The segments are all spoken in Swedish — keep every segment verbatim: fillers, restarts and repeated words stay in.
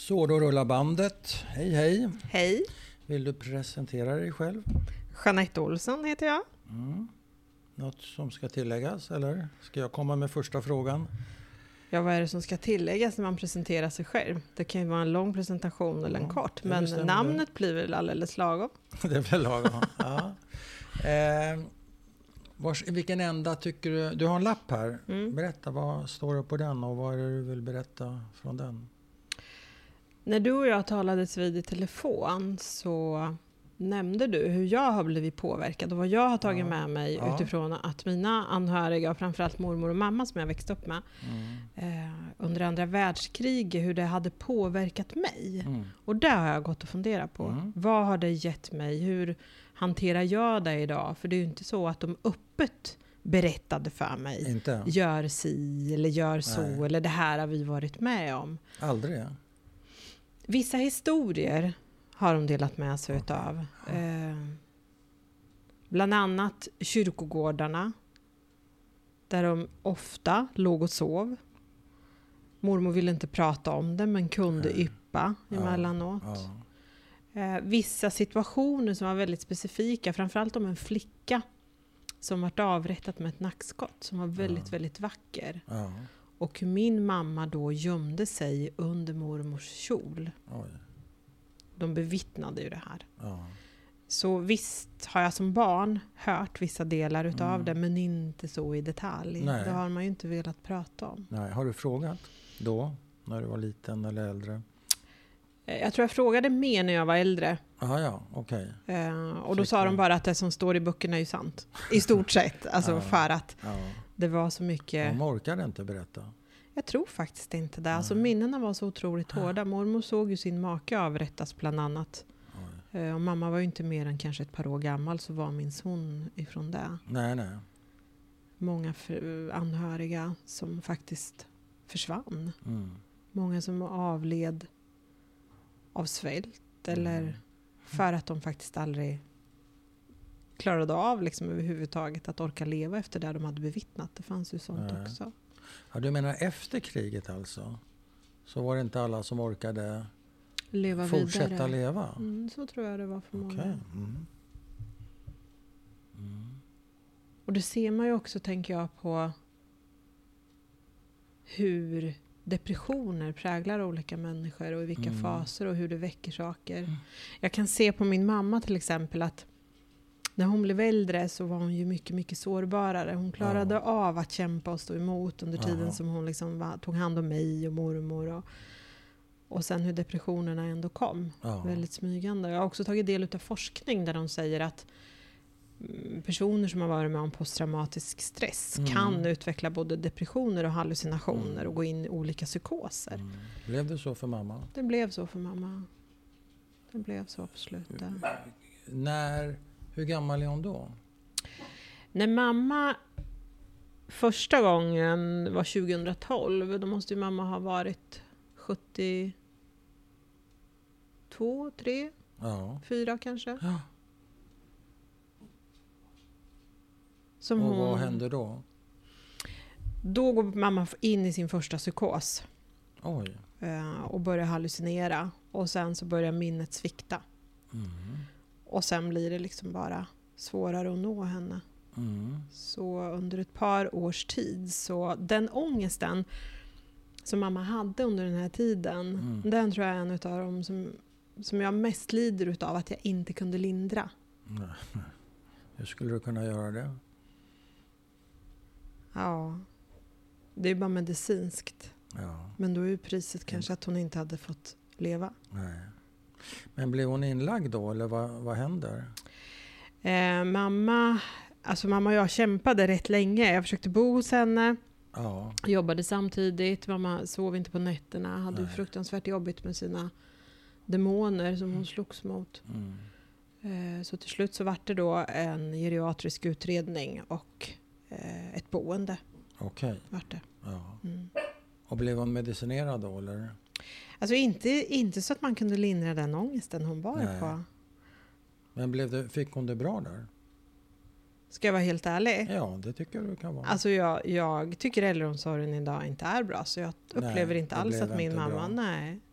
Så då rullar bandet. Hej hej. Hej. Vill du presentera dig själv? Jeanette Olsson heter jag. Mm. Något som ska tilläggas eller ska jag komma med första frågan? Ja, vad är det som ska tilläggas när man presenterar sig själv? Det kan ju vara en lång presentation eller en Ja, kort. Men namnet det. blir väl alldeles lagom? Det blir lagom, ja. Eh, vars, vilken ända tycker du? Du har en lapp här. Mm. Berätta, vad står det på den och vad är det du vill berätta från den? När du och jag talades vid i telefon så nämnde du hur jag har blivit påverkad och vad jag har tagit ja. med mig ja. utifrån att mina anhöriga, och framförallt mormor och mamma som jag växte upp med mm. eh, under andra världskriget, hur det hade påverkat mig. Mm. Och där har jag gått och funderat på. Mm. Vad har det gett mig? Hur hanterar jag det idag? För det är ju inte så att de öppet berättade för mig. Inte. Gör si eller gör så. Nej. Eller det här har vi varit med om. Aldrig. Vissa historier har de delat med sig okay. utav. Eh, bland annat kyrkogårdarna. Där de ofta låg och sov. Mormor ville inte prata om det men kunde mm. yppa emellanåt. Ja. Ja. Eh, vissa situationer som var väldigt specifika. Framförallt om en flicka som varit avrättat med ett nackskott. Som var väldigt, ja. väldigt vacker. Ja. Och min mamma då gömde sig under mormors kjol. Oj. De bevittnade ju det här. Ja. Så visst har jag som barn hört vissa delar utav mm. det, men inte så i detalj. Nej. Det har man ju inte velat prata om. Nej. Har du frågat då, när du var liten eller äldre? Jag tror jag frågade mer när jag var äldre. Aha, ja, okej. Okay. Uh, och då Fick sa de bara att det som står i böckerna är ju sant. I stort sett. Alltså ja. för att ja. det var så mycket... De orkade inte berätta. Jag tror faktiskt inte det. Alltså minnena var så otroligt hårda. Mormor såg ju sin make avrättas bland annat. Uh, och mamma var ju inte mer än kanske ett par år gammal, så var minns hon ifrån det. Nej, nej. Många för, anhöriga som faktiskt försvann. Mm. Många som avled av svält eller mm. för att de faktiskt aldrig klarade av liksom överhuvudtaget att orka leva efter det de hade bevittnat. Det fanns ju sånt Nej. också. Ja, du menar efter kriget alltså? Så var det inte alla som orkade leva fortsätta vidare. leva? Mm, så tror jag det var för många. Okay. Mm. Mm. Och det ser man ju också, tänker jag, på hur depressioner präglar olika människor och i vilka mm. faser och hur det väcker saker. Mm. Jag kan se på min mamma till exempel att när hon blev äldre så var hon ju mycket, mycket sårbarare. Hon klarade ja. av att kämpa och stå emot under tiden ja. som hon liksom var, tog hand om mig och mormor. Och, och sen hur depressionerna ändå kom. Ja. Väldigt smygande. Jag har också tagit del av forskning där de säger att personer som har varit med om posttraumatisk stress mm. kan utveckla både depressioner och hallucinationer mm. och gå in i olika psykoser. Mm. Blev det så för mamma? Det blev så för mamma. Det blev så absolut. När... Hur gammal är hon då? När mamma första gången var tjugohundratolv, då måste ju mamma ha varit sjuttiotvå, tre, ja. fyra kanske. Ja. Som och hon, vad hände då? Då går mamma in i sin första psykos. Oj. Och börjar hallucinera. Och sen så börjar minnet svikta. Mm. Och sen blir det liksom bara svårare att nå henne. Mm. Så under ett par års tid, så den ångesten som mamma hade under den här tiden, mm. den tror jag är en av dem som, som jag mest lider utav att jag inte kunde lindra. Nej. Hur skulle du kunna göra det? Ja, det är bara medicinskt. Ja. Men då är ju priset kanske att hon inte hade fått leva. Nej. Men blev hon inlagd då, eller vad, vad händer? Eh, mamma, alltså mamma och jag kämpade rätt länge. Jag försökte bo hos henne. Ja. Jobbade samtidigt. Mamma sov inte på nätterna. Hade Nej. fruktansvärt jobbigt med sina demoner som hon slogs mot. Mm. Eh, så till slut så var det då en geriatrisk utredning och eh, ett boende. Okej. Okay. Vart det. Ja. Mm. Och blev hon medicinerad då, eller? Alltså inte, inte så att man kunde lindra den ångesten hon var Nej. på. Men blev det, fick hon det bra där? Ska jag vara helt ärlig? Ja, det tycker du kan vara. Alltså jag, jag tycker äldreomsorgen idag inte är bra. Så jag upplever nej, inte alls att min mamma... Bra. Nej.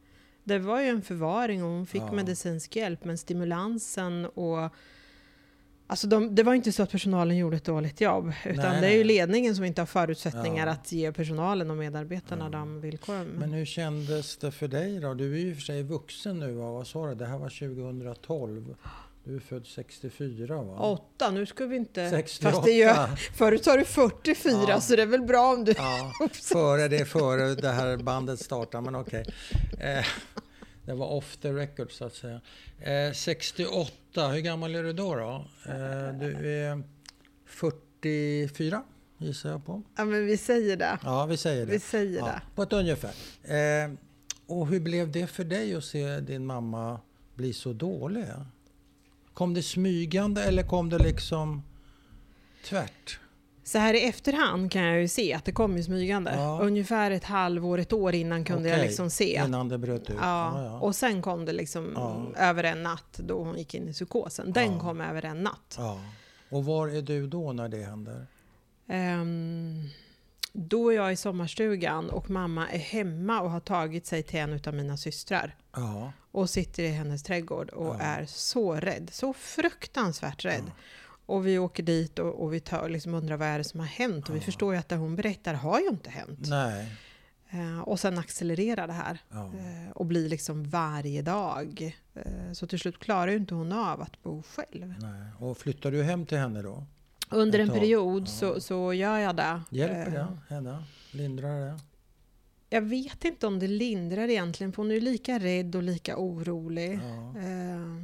Det var ju en förvaring och hon fick Ja. medicinsk hjälp, men stimulansen och alltså de, det var inte så att personalen gjorde ett dåligt jobb, utan Nej, det är ju nej. ledningen som inte har förutsättningar Ja. att ge personalen och medarbetarna Ja. de villkoren. Men hur kändes det för dig då? Du är ju i och för sig vuxen nu, va? Vad sa du? Det här var tjugohundratolv. Du är född sextiofyra, va? Åtta, nu ska vi inte... sextioåtta. Fast det gör, förut sa du fyrtiofyra, Ja. så det är väl bra om du... Ja, före det, före det här bandet startade, men okej. Eh, det var off the record så att säga. Eh, sextioåtta, hur gammal är du då? då? Eh, du är fyrtiofyra, gissar jag på. Ja, men vi säger det. Ja, vi säger det. Vi säger Ja, det. på ett ungefär. Eh, och hur blev det för dig att se din mamma bli så dålig? Kom det smygande eller kom det liksom tvärt? Så här i efterhand kan jag ju se att det kom i smygande. Ja. Ungefär ett halvår, ett år innan kunde jag Okej, liksom se. innan det bröt ut. Ja, Ja, ja. och sen kom det liksom Ja. över en natt då hon gick in i psykosen. Den Ja. kom över en natt. Ja. Och var är du då när det händer? Ehm, då är jag i sommarstugan och mamma är hemma och har tagit sig till en av mina systrar. Ja. Och sitter i hennes trädgård och Ja. är så rädd. Så fruktansvärt rädd. Ja. Och vi åker dit och, och vi tar, liksom undrar vad är det som har hänt. Och vi Ja. förstår ju att det hon berättar har ju inte hänt. Nej. Eh, och sen accelererar det här. Ja. Eh, och blir liksom varje dag. Eh, så till slut klarar ju inte hon av att bo själv. Nej. Och flyttar du hem till henne då? Under Ett en tag. period Ja. så, så gör jag det. Hjälper Eh, det henne? Lindrar det? Jag vet inte om det lindrar egentligen. För hon är ju lika rädd och lika orolig. Ja. Eh,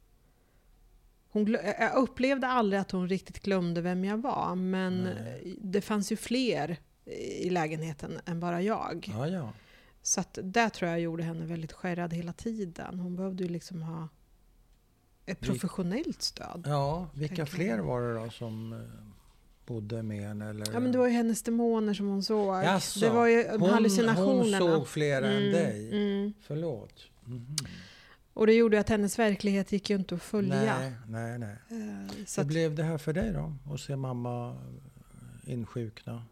hon glö- jag upplevde aldrig att hon riktigt glömde vem jag var. Men Nej. det fanns ju fler i lägenheten än bara jag. Ja, ja. Så att där tror jag gjorde henne väldigt skärrad hela tiden. Hon behövde ju liksom ha ett professionellt stöd. Ja, vilka Tänker fler jag. var det då som eh, bodde med henne? Eller? Ja, men det var ju hennes demoner som hon såg. Jaså, det var ju hon, hallucinationerna. hon såg fler än Mm, dig? mm. Förlåt. Mhm. Och det gjorde att hennes verklighet gick ju inte att följa. Nej, nej, nej. Eh, Så Hur att, blev det här för dig då? Att se mamma insjukna?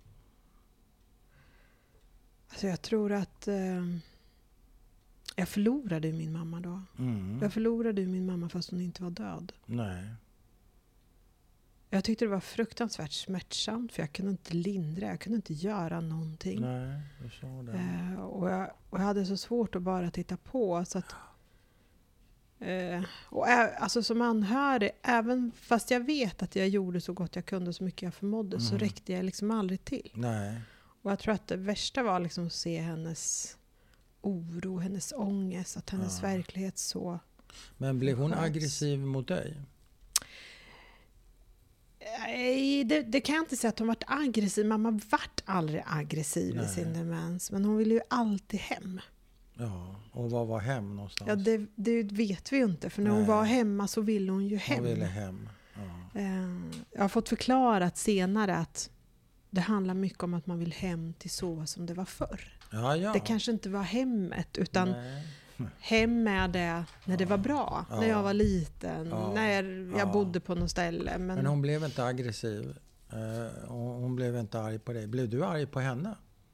alltså jag tror att eh, jag förlorade ju min mamma då. Mm. Jag förlorade ju min mamma fast hon inte var död. Nej. Jag tyckte det var fruktansvärt smärtsamt för jag kunde inte lindra, jag kunde inte göra någonting. Nej, du sa det. Eh, och, jag, och jag hade så svårt att bara titta på. Så att, eh, och ä, alltså som anhörig, även fast jag vet att jag gjorde så gott jag kunde, så mycket jag förmådde, så Mm. räckte jag liksom aldrig till. Nej. Och jag tror att det värsta var liksom att se hennes oro, hennes ångest, att hennes Ja. verklighet så... Men blev hon Sköts. aggressiv mot dig? Nej, det, det kan jag inte säga att hon varit aggressiv. Mamma vart aldrig aggressiv Nej. i sin demens. Men hon ville ju alltid hem. Ja, och vad var hem någonstans? Ja, det, det vet vi ju inte. För när hon Nej. var hemma så ville hon ju hem. Hon ville hem. Ja. Eh, jag har fått förklarat senare att det handlar mycket om att man vill hem till så som det var förr. Ja, ja. Det kanske inte var hemmet, utan Nej. hem med det när det var bra. Ja. När jag var liten, Ja. när jag Ja. bodde på något ställe. Men, Men hon blev inte aggressiv. Eh, hon hon blev inte arg på dig. Blev du arg på henne?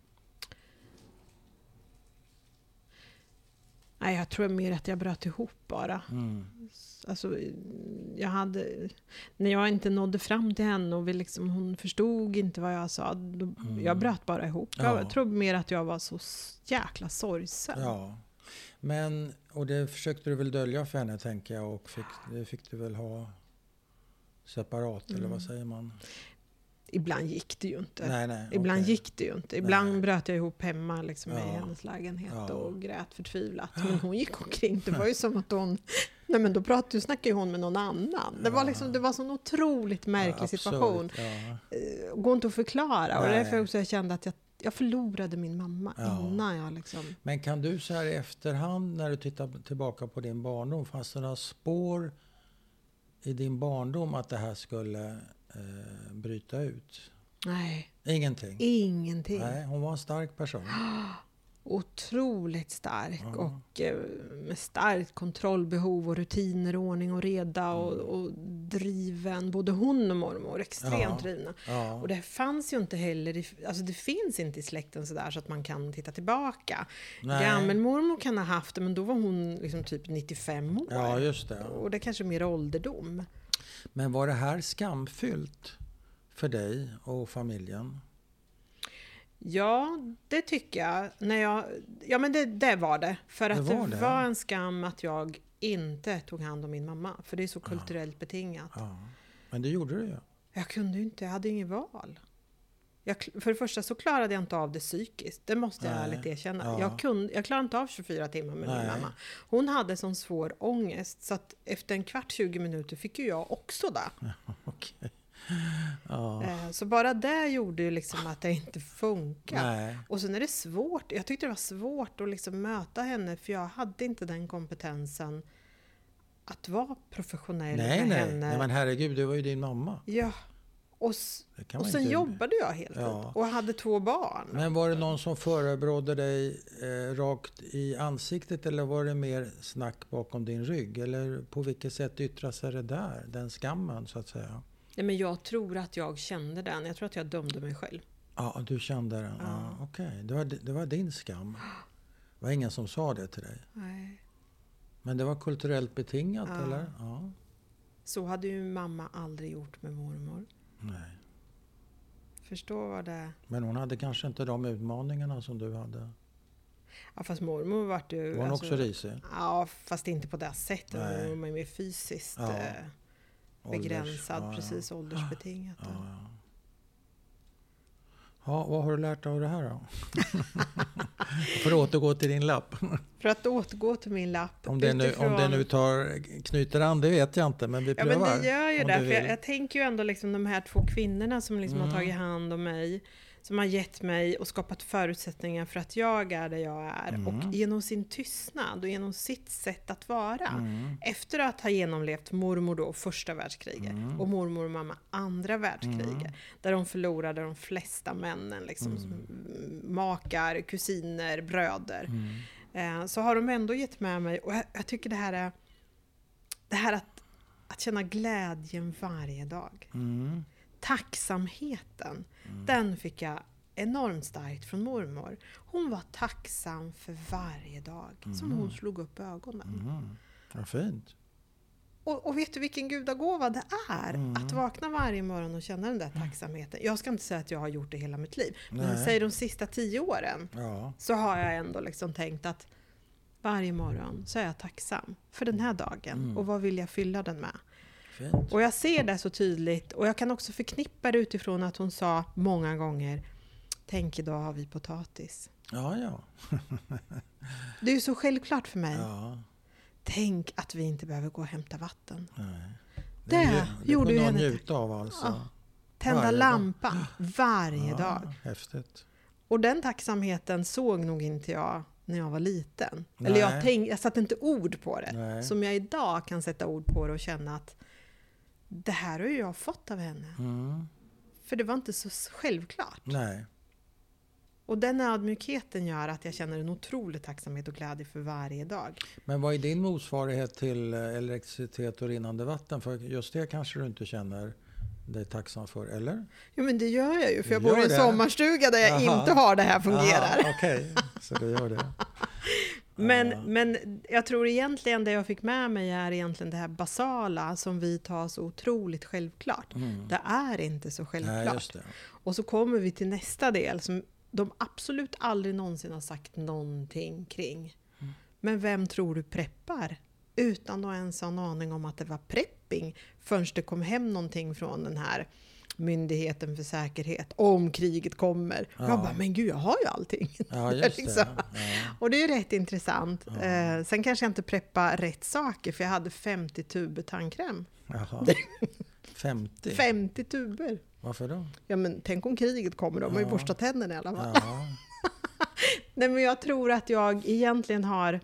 nej, jag tror mer att jag bröt ihop bara. Mm. Alltså, jag hade, när jag inte nådde fram till henne och vi liksom, hon förstod inte vad jag sa, då, Mm. jag bröt bara ihop. Ja. Jag tror mer att jag var så jäkla sorgsen. Ja. Men, och det försökte du väl dölja för henne, tänker jag. Och fick, det fick du väl ha separat, eller Mm. vad säger man? Ibland gick det ju inte. Nej, nej. Ibland okej. gick det ju inte. Ibland Nej. bröt jag ihop hemma liksom, Ja. i hennes lägenhet Ja. och grät förtvivlat. Men hon gick omkring. Det var ju som att hon... Nej, men då pratade, snackade ju hon med någon annan. Det var, Ja. liksom, det var en sån otroligt märklig Ja, situation. absurt, ja. Eh, Går inte att förklara. Och Nej. därför också jag kände att jag, jag förlorade min mamma Ja. innan jag liksom... Men kan du så här i efterhand, när du tittar tillbaka på din barndom, fanns det några spår i din barndom att det här skulle eh, bryta ut? Nej, Ingenting? ingenting. Nej, hon var en stark person. otroligt stark Ja. och eh, med starkt kontrollbehov och rutiner, ordning och reda och, och driven. Både hon och mormor, extremt Ja. drivna. Ja. Och det fanns ju inte heller, i- alltså det finns inte i släkten sådär så att man kan titta tillbaka. Nej. Gammelmormor kan ha haft det, men då var hon liksom typ nittiofem år. Ja, just det. Och det är kanske mer ålderdom. Men var det här skamfyllt för dig och familjen? Ja, det tycker jag. När jag ja, men det, det var det. För att Det det var var, det. var en skam att jag inte tog hand om min mamma. För det är så kulturellt betingat. Ja. Men det gjorde du ju. Jag kunde ju inte, jag hade ju inget val. Jag, för det första så klarade jag inte av det psykiskt. Det måste jag Nej. ärligt erkänna. Ja. Jag, kunde, jag klarade inte av tjugofyra timmar med Nej. min mamma. Hon hade sån svår ångest. Så att efter en kvart, tjugo minuter fick ju jag också det. Okej. Ja. Eh, Så bara det gjorde ju liksom att det inte funkar. Nej. Och sen är det svårt. Jag tyckte det var svårt att liksom möta henne. För jag hade inte den kompetensen att vara professionell Nej, med nej. henne. nej, men herregud, det var ju din mamma. Ja. Och, s- Det kan och man sen inte... jobbade jag helt Ja. och hade två barn. Men var det någon som förebrådde dig eh, rakt i ansiktet eller var det mer snack bakom din rygg? Eller på vilket sätt yttrar sig det där, den skammen så att säga? Nej, men jag tror att jag kände den. Jag tror att jag dömde mig själv. Ja, du kände den. Ja. Ja. Okej, det, var, det var din skam. Det var ingen som sa det till dig. Nej. Men det var kulturellt betingat Ja. eller? Ja. Så hade ju mamma aldrig gjort med mormor. Nej. Förstå vad det... Men hon hade kanske inte de utmaningarna som du hade. Ja, fast mormor vart ju... Var hon alltså- också risig? Ja, fast inte på det sättet. Nej. Hon var ju mer fysiskt Ja. eh, begränsad. Ålders- ja, Precis, åldersbetingat. Ja, då. ja. Ja, vad har du lärt dig av det här då? För att återgå till din lapp. För att återgå till min lapp. Om det, nu, utifrån- om det nu tar, knyter an, det vet jag inte, men vi Ja, prövar. men det gör ju om det. du För jag, vill. jag tänker ju ändå liksom de här två kvinnorna som liksom Mm. har tagit hand om mig. Som har gett mig och skapat förutsättningar för att jag är där jag är. Mm. Och genom sin tystnad och genom sitt sätt att vara. Mm. Efter att ha genomlevt mormor då första världskriget. Mm. Och mormor och mamma andra världskriget. Mm. Där de förlorade de flesta männen. Liksom, Mm. som makar, kusiner, bröder. Mm. Eh, så har de ändå gett med mig. Och jag, jag tycker det här är... Det här att, att känna glädjen varje dag. Mm. Tacksamheten. Mm. Den fick jag enormt starkt från mormor. Hon var tacksam för varje dag. Som Mm. hon slog upp ögonen. Mm. Vad fint. Och, och vet du vilken gudagåva det är? Mm. Att vakna varje morgon och känna den där tacksamheten. Jag ska inte säga att jag har gjort det hela mitt liv. Men Nej. säg de sista tio åren. Ja. Så har jag ändå liksom tänkt att varje morgon så är jag tacksam för den här dagen. Mm. Och vad vill jag fylla den med? Fint. Och jag ser det så tydligt. Och jag kan också förknippa det utifrån att hon sa många gånger: tänk, idag har vi potatis. Ja, ja. Det är ju så självklart för mig. ja. Tänk att vi inte behöver gå och hämta vatten. Nej. Det det gjorde kunde ju hon henne- njuta av alltså. Ja. Tända Varje dag. lampan varje Ja, dag. häftigt. Och den tacksamheten såg nog inte jag när jag var liten. Nej. Eller jag, tänk, jag satte inte ord på det. Nej. Som jag idag kan sätta ord på det och känna att det här har ju jag fått av henne. Mm. För det var inte så självklart. Nej. Och den ödmjukheten gör att jag känner en otrolig tacksamhet och glädje för varje dag. Men vad är din motsvarighet till eh, elektricitet och rinnande vatten? För just det kanske du inte känner dig tacksam för, eller? Jo, men det gör jag ju. För jag Du bor i gör en det? sommarstuga där jag Aha. inte har det här fungerar. Aha, Okej, så du gör det. Men, Ja. men jag tror egentligen det jag fick med mig är egentligen det här basala som vi tar så otroligt självklart. Mm. Det är inte så självklart. Nej, just det. Och så kommer vi till nästa del som de absolut aldrig någonsin har sagt någonting kring. Mm. Men vem tror du preppar? Utan att ens ha en aning om att det var prepping förrän det kom hem någonting från den här myndigheten för säkerhet om kriget kommer. Ja. Jag bara, men gud, jag har ju allting. Ja, just det. Liksom. Ja. Och det är ju rätt intressant. Ja. Eh, sen kanske jag inte preppar rätt saker, för jag hade femtio tuber tandkräm. Jaha. femtio? femtio tuber. Varför då? Ja, men tänk om kriget kommer, de har ju Ja. borstat tänderna i alla fall. Ja. Nej, men jag tror att jag egentligen har,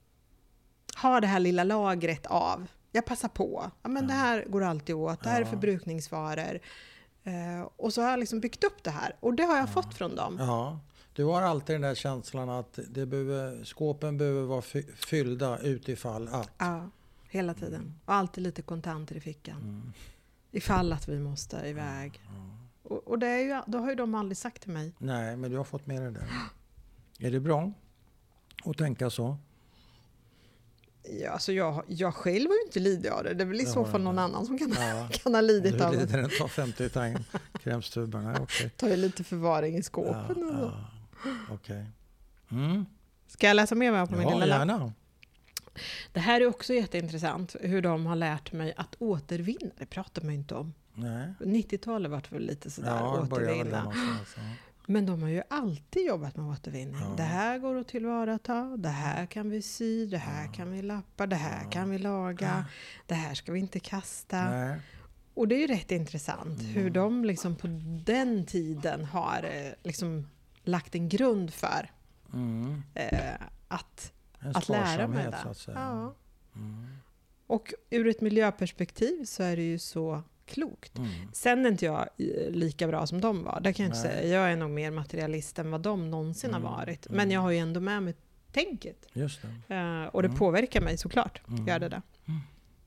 har det här lilla lagret av. Jag passar på. Ja, men Ja. det här går alltid åt. Det här är Ja. förbrukningsvaror. Eh, och så har jag liksom byggt upp det här. Och det har jag fått från dem. ja. Du har alltid den där känslan att det behöver, skåpen behöver vara fy, fyllda utifall att. Ja, hela tiden. Mm. Och alltid lite kontanter i fickan. Mm. Ifall att vi måste iväg. Mm. Och, och det är ju, då har ju de aldrig sagt till mig. Nej, men du har fått med det där. Är det bra att tänka så? Ja, alltså jag, jag själv har ju inte lidit av det. Det är väl i så fall någon annan som kan, ja. kan ha lidit av det. Du lider inte av femtio tandkrämstuberna. Okay. Tar ju lite förvaring i skåpen. Ja, ja. Okej. Okay. Mm. Ska jag läsa med mig på min ja, lilla? Gärna. Det här är också jätteintressant. Hur de har lärt mig att återvinna. Det pratar man ju inte om. Nej. nittiotalet var det väl lite sådär ja, återvinna. Men de har ju alltid jobbat med återvinning. Ja. Det här går att tillvarata. Det här kan vi sy. Det här ja. kan vi lappa. Det här ja. kan vi laga. Ja. Det här ska vi inte kasta. Nej. Och det är ju rätt intressant. Mm. Hur de liksom på den tiden har liksom lagt en grund för mm. eh, att, att lära mig det. Så att säga. Ja. Mm. Och ur ett miljöperspektiv så är det ju så klokt. Mm. Sen är inte jag lika bra som de var. Det kan jag inte säga. Jag är nog mer materialist än vad de någonsin mm. har varit. Men jag har ju ändå med mig tänket. Just det. Uh, och det mm. påverkar mig såklart. Mm. Gör det där. Mm.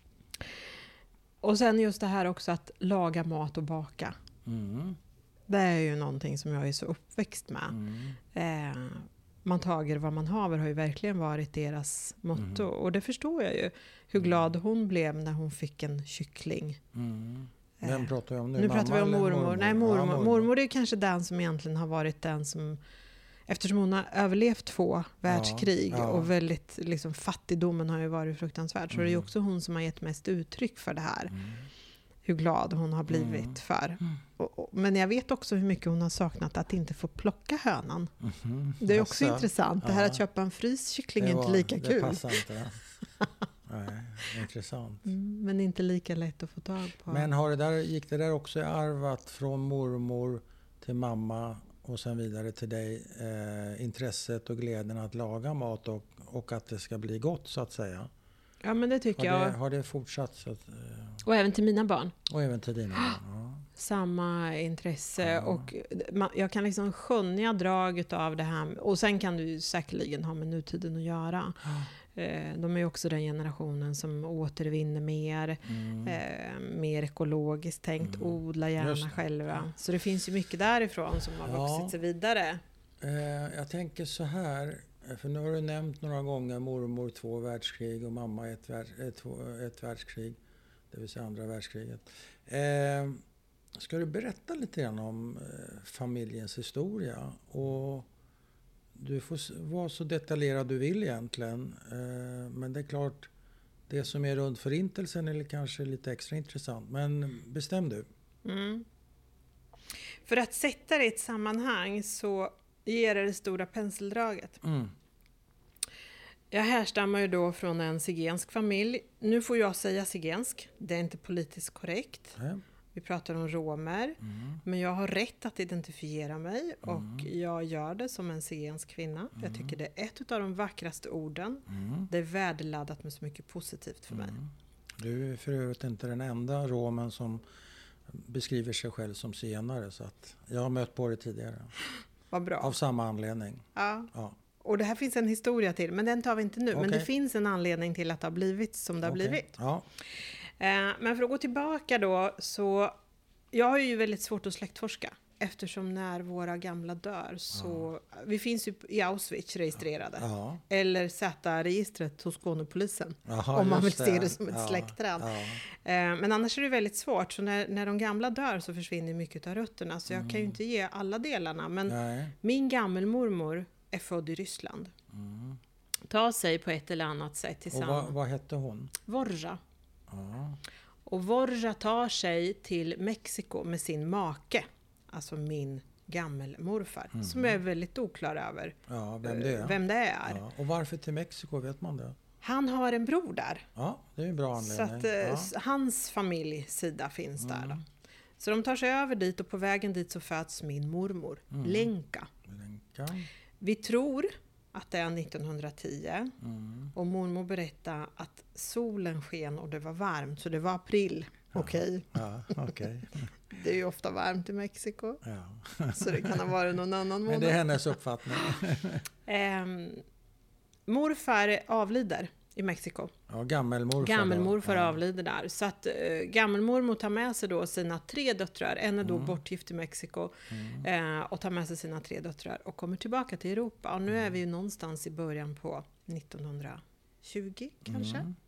Och sen just det här också att laga mat och baka. Mm. Det är ju någonting som jag är så uppväxt med. Mm. Uh, man tager vad man haver har ju verkligen varit deras motto. Mm. Och det förstår jag ju. Hur glad hon blev när hon fick en kyckling. Mm. Vem pratar vi om nu? Nu Mamma pratar vi om mormor. mormor. Nej, mormor. Ja, mormor. Mormor är kanske den som egentligen har varit den som... Eftersom hon har överlevt två världskrig ja, ja. och väldigt... Liksom, fattigdomen har ju varit fruktansvärd. Så mm. det är ju också hon som har gett mest uttryck för det här. Mm. Hur glad hon har blivit mm. för. Mm. Och, och, men jag vet också hur mycket hon har saknat att inte få plocka hönan. Mm-hmm. Det är också Asså. intressant. Det här ja. att köpa en fryskyckling är inte lika det kul. Passar inte. Nej, intressant. Mm, men inte lika lätt att få tag på. Men har det där, gick det där också arvat från mormor till mamma och sen vidare till dig? Eh, intresset och glädjen att laga mat och, och att det ska bli gott så att säga. Ja, men det tycker har jag. Det, har det fortsatt? Så att, eh, och även till mina barn. Och även till dina barn, ja. Samma intresse ja. och man, jag kan liksom skönja drag av det här. Och sen kan du ju säkerligen ha med nutiden att göra. Ja. De är ju också den generationen som återvinner mer, mm. eh, mer ekologiskt tänkt, mm. odla gärna själva. Så det finns ju mycket därifrån som har ja. vuxit sig vidare. Eh, jag tänker så här, för nu har du nämnt några gånger mormor två världskrig och mamma ett, värld, ett, ett världskrig, det vill säga andra världskriget. Eh, ska du berätta lite grann om eh, familjens historia? Och du får vara så detaljerad du vill egentligen. Men det är klart, det som är runt förintelsen är kanske lite extra intressant. Men bestäm du. Mm. För att sätta det i ett sammanhang så ger det det stora penseldraget. Mm. Jag härstammar ju då från en zigensk familj. Nu får jag säga zigensk. Det är inte politiskt korrekt. Mm. Vi pratar om romer, mm. men jag har rätt att identifiera mig och mm. jag gör det som en zigensk kvinna. Mm. Jag tycker det är ett av de vackraste orden. Mm. Det är värdeladdat med så mycket positivt för mig. Mm. Du är för övrigt inte den enda romen som beskriver sig själv som zigenare, så att jag har mött på det tidigare. Vad bra. Av samma anledning. Ja. ja. Och det här finns en historia till, men den tar vi inte nu. Okay. Men det finns en anledning till att det har blivit som det har okay. blivit. Ja. Men för att gå tillbaka då, så jag har ju väldigt svårt att släktforska eftersom när våra gamla dör så ja. vi finns ju i Auschwitz registrerade ja. eller Z-registret hos Skånepolisen. Aha, om man vill se det som ett ja. släktträd. Ja. Men annars är det väldigt svårt, så när, när de gamla dör så försvinner mycket av rötterna, så jag mm. kan ju inte ge alla delarna, men Nej. min gammelmormor är född i Ryssland. Mm. Ta sig på ett eller annat sätt tillsammans. Och vad, vad hette hon? Vorra. Ja. Och Vorra tar sig till Mexiko med sin make, alltså min gammelmorfar, mm. som jag är väldigt oklar över ja, vem det är. Vem det är. Ja. Och varför till Mexiko, vet man det? Han har en bror där. Ja, det är en bra anledning. Så att ja. hans familjesida finns mm. där då. Så de tar sig över dit och på vägen dit så föds min mormor, mm. Lenka. Lenka. Vi tror att det är nittonhundratio mm. och mormor berättade att solen sken och det var varmt, så det var april. okej. Ja, okej. Det är ju ofta varmt i Mexiko. Ja. Så det kan ha varit någon annan månad. Men det är hennes uppfattning. Eh, morfar avlider i Mexiko. Ja, gammelmorfar. Gammelmorfar ja. avlider där. Så att eh, gammelmormor tar med sig då sina tre döttrar. En är då Mm. bortgift i Mexiko. Mm. Eh, och tar med sig sina tre döttrar och kommer tillbaka till Europa. Och nu är vi ju någonstans i början på nittonhundratjugo kanske. Mm.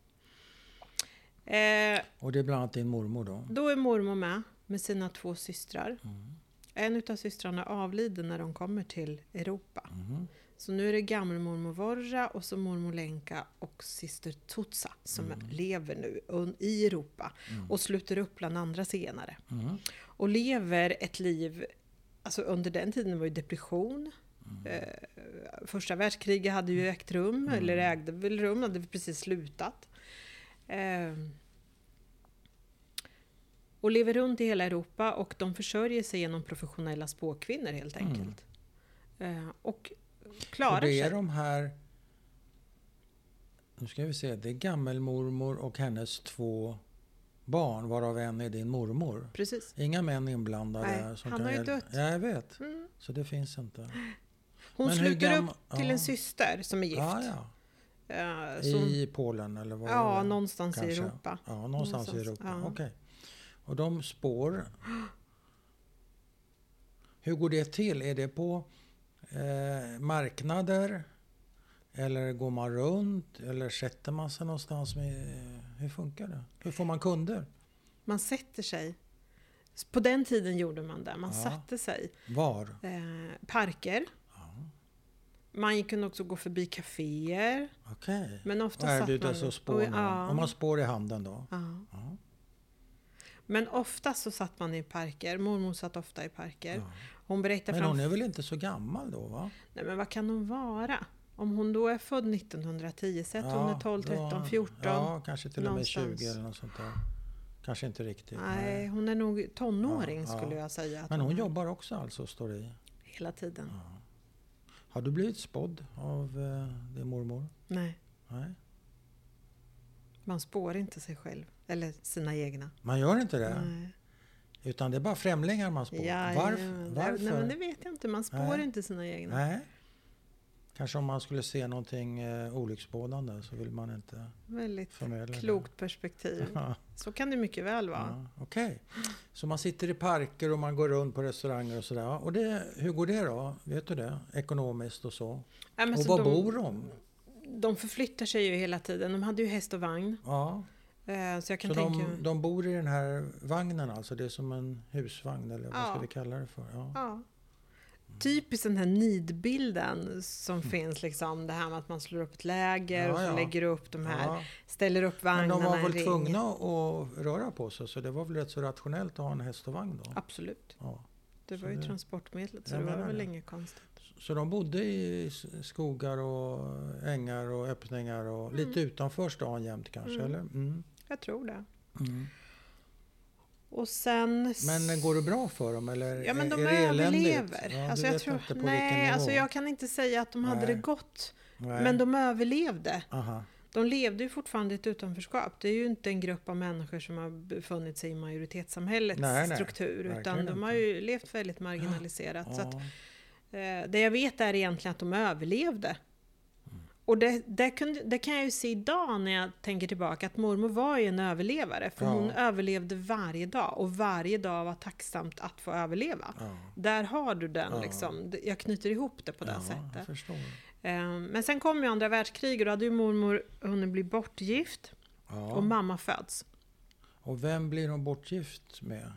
Eh, Och det är bland annat din mormor då? då är mormor med med sina två systrar. Mm. En utav systrarna avlider när de kommer till Europa. Mm. Så nu är det gammelmormor Vorra och så mormor Lenka och syster Tutsa som Mm. lever nu un- i Europa Mm. och sluter upp bland andra senare. Mm. Och lever ett liv, alltså under den tiden var ju depression. Mm. Eh, första världskriget hade ju ägt rum, Mm. eller ägde väl rum, hade precis slutat. Eh, och lever runt i hela Europa och de försörjer sig genom professionella spåkvinnor helt Mm. enkelt. Eh, och Och klarar det är sig. de här, nu ska vi se, det är gammelmormor och hennes två barn, varav en är din mormor. Precis. Inga män inblandade. Nej, som han kan har ju hjäl- dött. Ja, jag vet. Mm. Så det finns inte. Hon Men hur sluter gam- upp till ja. en syster som är gift. Ja, ja. Eh, så, I Polen eller vad ja, är det? någonstans Kanske. i Europa. Ja, någonstans, i Någonstans, Europa. ja. Okej. Och de spår, hur går det till? Är det på eh, marknader? Eller går man runt? Eller sätter man sig någonstans? Med, hur funkar det? Hur får man kunder? Man sätter sig. På den tiden gjorde man det. Man Ja. satte sig. Var? Eh, parker. Ja. Man kunde också gå förbi kaféer. Okej. Men ofta Och satt erbjuder man... så spår. och, Ja. ja, Om man spår i handen då? ja. Ja. Men ofta så satt man i parker. Mormor satt ofta i parker. Ja. Hon berättar Men fram... hon är väl inte så gammal då, va? Nej, men vad kan hon vara? Om hon då är född nittonhundratio, sätt hon är tolv, tretton, fjorton. Ja, kanske till och med någonstans. tjugo eller något sånt där. Kanske inte riktigt. Nej, hon är nog tonåring Ja, ja. skulle jag säga. Att Men hon är. jobbar också alltså, står det i. Hela tiden. Ja. Har du blivit spådd av eh, din mormor? Nej, Nej. man spår inte sig själv. Eller sina egna. Man gör inte det? Nej. Utan det är bara främlingar man spår? Ja, Varf, ja, det- varför? Nej, men det vet jag inte. Man spår Nej. inte sina egna. Nej. Kanske om man skulle se någonting eh, olycksbådande så vill man inte Väldigt förmedla klokt perspektiv. det. Ja, Så kan det mycket väl vara. ja, okej. Så man sitter i parker och man går runt på restauranger och sådär. Och det, hur går det då? Vet du det? Ekonomiskt och så. Ja, men Och så var de, bor de? De förflyttar sig ju hela tiden. De hade ju häst och vagn. Ja. Eh, Så jag kan Så tänka... de, de bor i den här vagnen alltså? Det är som en husvagn eller vad Ja. ska vi kalla det för? Ja. Ja. Typiskt den här nidbilden som finns liksom. Det här med att man slår upp ett läger Ja, och så ja. lägger upp de här. Ja. Ställer upp Men vagnarna de var i en väl ring. tvungna att röra på sig så det var väl rätt så rationellt att ha en häst och vagn då? Absolut. Ja. Det Så var ju det- transportmedlet så Jag det var menar väl det. inget konstigt. Så de bodde i s- skogar och ängar och öppningar och lite utanför stan jämt kanske, Mm. eller? Mm. Jag tror det. Mm. Och sen... Men går det bra för dem eller Ja, men de är det eländigt? överlever. Ja, alltså, du jag vet tror, inte på vilken nej, nivå. alltså jag kan inte säga att de hade Nej. det gott. Nej. Men de överlevde. Aha. De levde ju fortfarande i ett utanförskap. Det är ju inte en grupp av människor som har befunnit sig i majoritetssamhällets Nej, nej. struktur. Utan Verkligen de har inte. ju levt väldigt marginaliserat. Ja. Så att, eh, det jag vet är egentligen att de överlevde. Och det, det, kunde, det kan jag ju se idag när jag tänker tillbaka. Att mormor var ju en överlevare. För Ja. hon överlevde varje dag. Och varje dag var tacksamt att få överleva. Ja. Där har du den Ja. liksom. Jag knyter ihop det på det Ja, jag sättet. förstår. Eh, Men sen kom ju andra världskriget och då hade ju mormor hunnit bli bortgift. Ja. Och mamma föds. Och vem blir hon bortgift med?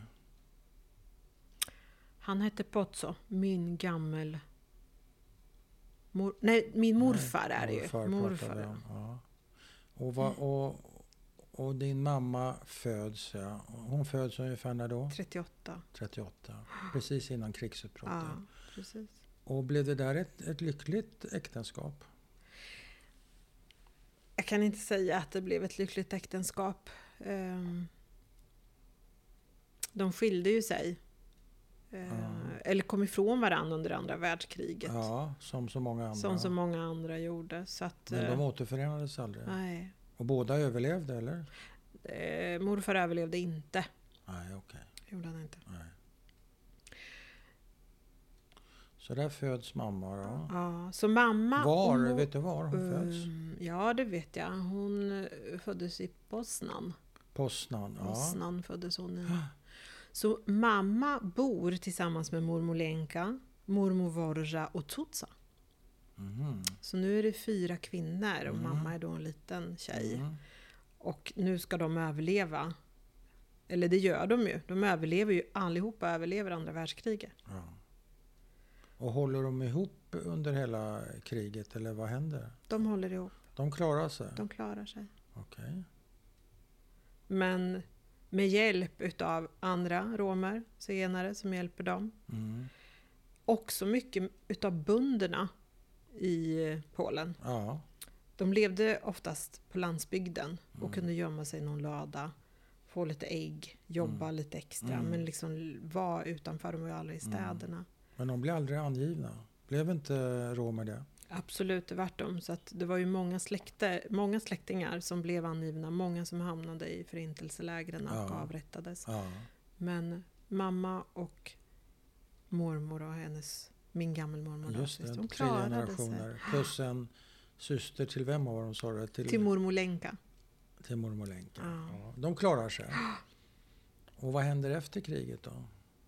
Han hette Pozzo, min gammel... Mor, nej, min morfar är det ju. Morfar, Morfar. pratar vi om. Ja. Och, vad, och, och din mamma föds, ja. Hon föds ungefär när då? trettioåtta. trettioåtta. Precis innan krigsutbrottet. Ja, precis. Och blev det där ett, ett lyckligt äktenskap? Jag kan inte säga att det blev ett lyckligt äktenskap. Ehm, De skilde ju sig. Eh, Ja. Eller kom ifrån varandra under andra världskriget. Ja, som så många andra. Som så många andra gjorde. Så att, Men de eh, återförenades aldrig. nej. Och båda överlevde, eller? Eh, morfar överlevde inte. Nej, okej. Okay. Gjorde han inte. Nej. Så där föds mamma då? Ja, så mamma... Var? Hon, vet du var hon um, föds? Ja, det vet jag. Hon föddes i Poznan. Poznan, ja. Poznan föddes hon i. Så mamma bor tillsammans med mormor Lenka, mormor Vorja och Tutsa. Mm. Så nu är det fyra kvinnor och mm. mamma är då en liten tjej. Mm. Och nu ska de överleva. Eller det gör de ju. De överlever ju, allihopa överlever andra världskriget. Ja. Och håller de ihop under hela kriget eller vad händer? De håller ihop. De klarar sig? De klarar sig. Okej. Okay. Men med hjälp utav andra romer, zigenare som hjälper dem. Mm. Också mycket utav bönderna i Polen. Ja. De levde oftast på landsbygden och mm. kunde gömma sig i någon lada, få lite ägg, jobba mm. lite extra, mm. men liksom var utanför, de var ju aldrig i städerna. Mm. Men de blev aldrig angivna. Blev inte romer det? Absolut, tvärtom. Så att det var ju många, släkte, många släktingar som blev angivna. Många som hamnade i förintelselägren och ja. avrättades. Ja. Men mamma och mormor och hennes, min gammelmormor. Just det, de tre generationer. Sig. Plus en syster till vem var de, sa du? Till, till mormor Lenka. Till mormor Lenka. Ja. Ja. De klarar sig. Och vad händer efter kriget då?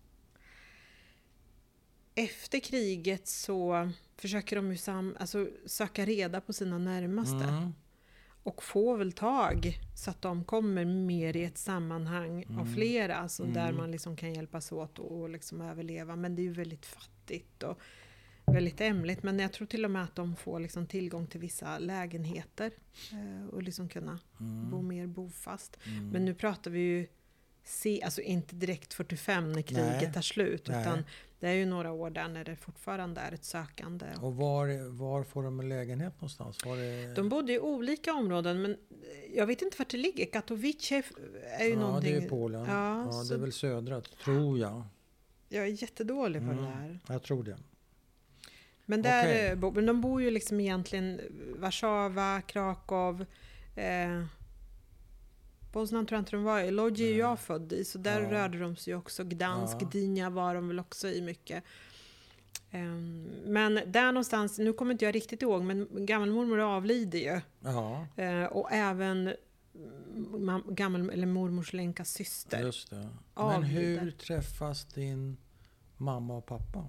Efter kriget så försöker de ju sam- alltså söka reda på sina närmaste. Mm. Och få väl tag så att de kommer mer i ett sammanhang mm. av flera. Alltså mm. där man liksom kan hjälpas åt och, och liksom överleva. Men det är ju väldigt fattigt och väldigt ämligt. Men jag tror till och med att de får liksom tillgång till vissa lägenheter. Eh, och liksom kunna mm. bo mer bofast. Mm. Men nu pratar vi ju se, alltså inte direkt fyrtiofem när kriget Nej. tar slut. Nej. Utan det är ju några år där när det fortfarande är ett sökande. Och var, var får de en lägenhet någonstans? Var det... De bodde i olika områden, men jag vet inte vart det ligger. Katowice är ju ja, någonting... Ja, det är Polen. Ja, ja, så... det är väl södra, tror jag. Jag är jättedålig på mm, det här. Jag tror det. Men där, okay. men de bor ju liksom egentligen Warszawa, Krakow... Eh, Poznan tror jag inte de var i. Lodzi är jag född i. Så där ja. rörde de sig också. Gdansk, ja. Gdynia var de väl också i mycket. Um, men där någonstans, nu kommer inte jag riktigt ihåg, men gammelmormor avlider ju. Ja. Uh, och även mam- gammel, eller mormors Lenkas syster. Just det. Men hur träffas din mamma och pappa?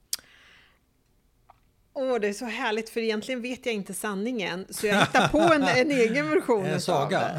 Åh, oh, det är så härligt, för egentligen vet jag inte sanningen. Så jag hittar på en, en egen version. En saga.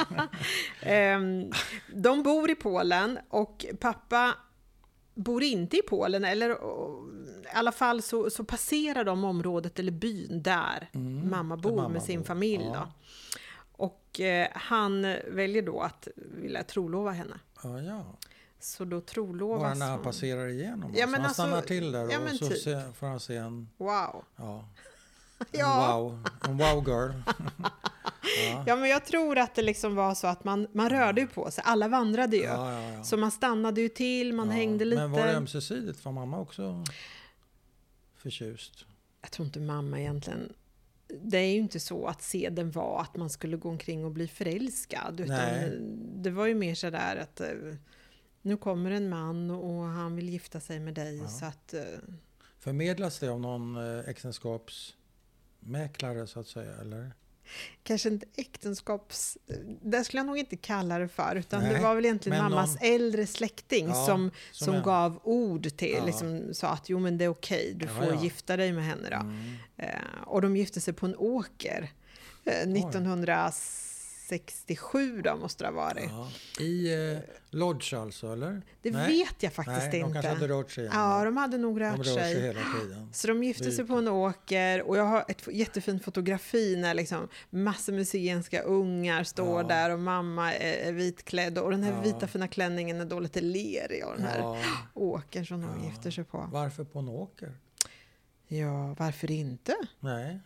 um, de bor i Polen och pappa bor inte i Polen. Eller och, i alla fall så, så passerar de området eller byn där mm, mamma bor mamma med sin bor. familj. Ja. Då. Och eh, han väljer då att vilja trolova henne. Ja, ja. Så då trolovas bara när han passerar igenom. Ja, alltså, men han alltså, stannar till där och ja, så typ. se, får han se en... Wow. Ja. En ja. wow. En wow girl. ja. ja, men jag tror att det liksom var så att man, man rörde ju på sig. Alla vandrade ju. Ja, ja, ja. Så man stannade ju till, man ja. hängde lite. Men var det ömsesidigt? Var mamma också förtjust? Jag tror inte mamma egentligen... Det är ju inte så att seden var att man skulle gå omkring och bli förälskad. Utan Nej. det var ju mer så där att... Nu kommer en man och han vill gifta sig med dig. Ja. Så att, uh... Förmedlas det av någon äktenskapsmäklare så att säga, eller? Kanske inte äktenskaps... Det skulle jag nog inte kalla det för. Utan Nej, det var väl egentligen mammas någon... äldre släkting ja, som, som, som en... gav ord till. Ja. Liksom, sa att jo men det är okej, du ja, får ja. gifta dig med henne då. Mm. Uh, och de gifte sig på en åker. Uh, nittonhundrasextiosju då måste det ha varit. Ja. I eh, Lodge alltså, eller? Det Nej. vet jag faktiskt Nej, inte. De kanske hade rört sig igen. Ja, de hade nog rört, de rör sig. sig hela tiden. Så de gifte sig på en åker och jag har ett jättefint fotografi när liksom massor med zigenska ungar står ja. där och mamma är vitklädd och den här ja. vita fina klänningen är då lite lerig och den här ja. åkern som de ja. gifter sig på. Varför på en åker? Ja, varför inte? Nej.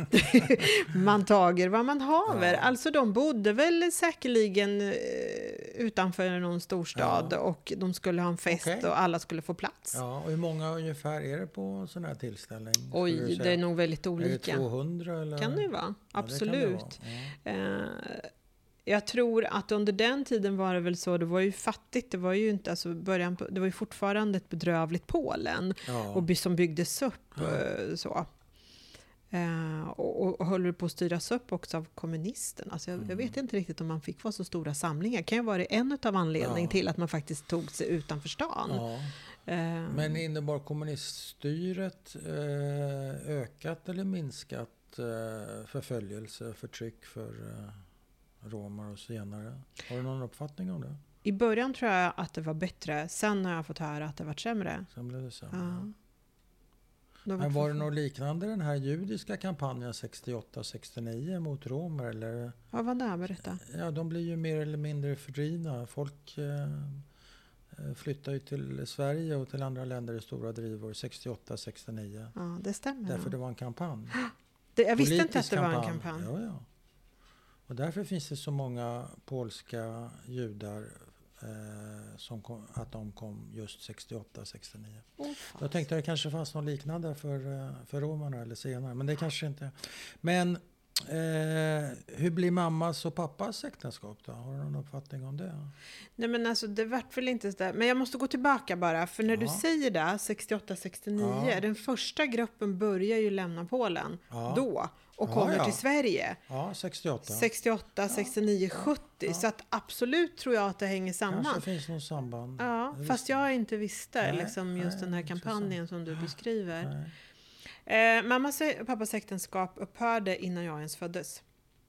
Man tager vad man haver. Ja. Alltså de bodde väl säkerligen eh, utanför någon storstad ja. och de skulle ha en fest okay. och alla skulle få plats. Ja, och hur många ungefär är det på en sån här tillställning? Oj, det är nog väldigt olika. Är det tvåhundra eller? Kan det vara, absolut. Ja, det kan det vara. Ja. Eh, Jag tror att under den tiden var det väl så, det var ju fattigt, det var ju inte, alltså början på, det var ju fortfarande ett bedrövligt Polen Ja. och by, som byggdes upp Ja. eh, så. Eh, och, och, och höll på att styras upp också av kommunisterna. Alltså jag, Mm. jag vet inte riktigt om man fick vara så stora samlingar. Kan ju vara en av anledningarna Ja. till att man faktiskt tog sig utanför stan. Ja. Eh, Men innebar kommuniststyret eh, ökat eller minskat eh, förföljelse, förtryck för eh, romer och zigenare? Har du någon uppfattning om det? I början tror jag att det var bättre. Sen har jag fått höra att det var sämre. Sen blev det sämre. Ja. Då Men var det något liknande den här judiska kampanjen sextioåtta sextionio mot romer? Eller? Vad var det? Berätta. Ja, de blir ju mer eller mindre fördrivna. Folk eh, flyttar ju till Sverige och till andra länder i stora drivor sextioåtta sextionio. Ja, det stämmer. Därför ja. det var en kampanj. det, jag visste inte Politisk att det var en kampanj. Ja, ja. Och därför finns det så många polska judar eh, som kom, att de kom just sextioåtta sextionio. Oh, Jag tänkte att det kanske fanns något liknande för, eh, för romarna eller senare, men det kanske inte. Men eh, hur blir mammas och pappas äktenskap då? Har du någon uppfattning om det? Nej men alltså det vart väl inte så där. Men jag måste gå tillbaka bara. För när Ja. du säger det, sextioåtta sextionio, Ja. den första gruppen börjar ju lämna Polen Ja. då. Och Ja, kommer ja. till Sverige. Ja, sextioåtta. sextioåtta, sextionio, sjuttio. Ja. Så att absolut tror jag att det hänger samman. Kanske finns någon samband. Ja, Det fast visste jag inte visste Nej, liksom just nej, den här intressant. kampanjen som du beskriver. Nej. Eh, mammas och pappas äktenskap upphörde innan jag ens föddes.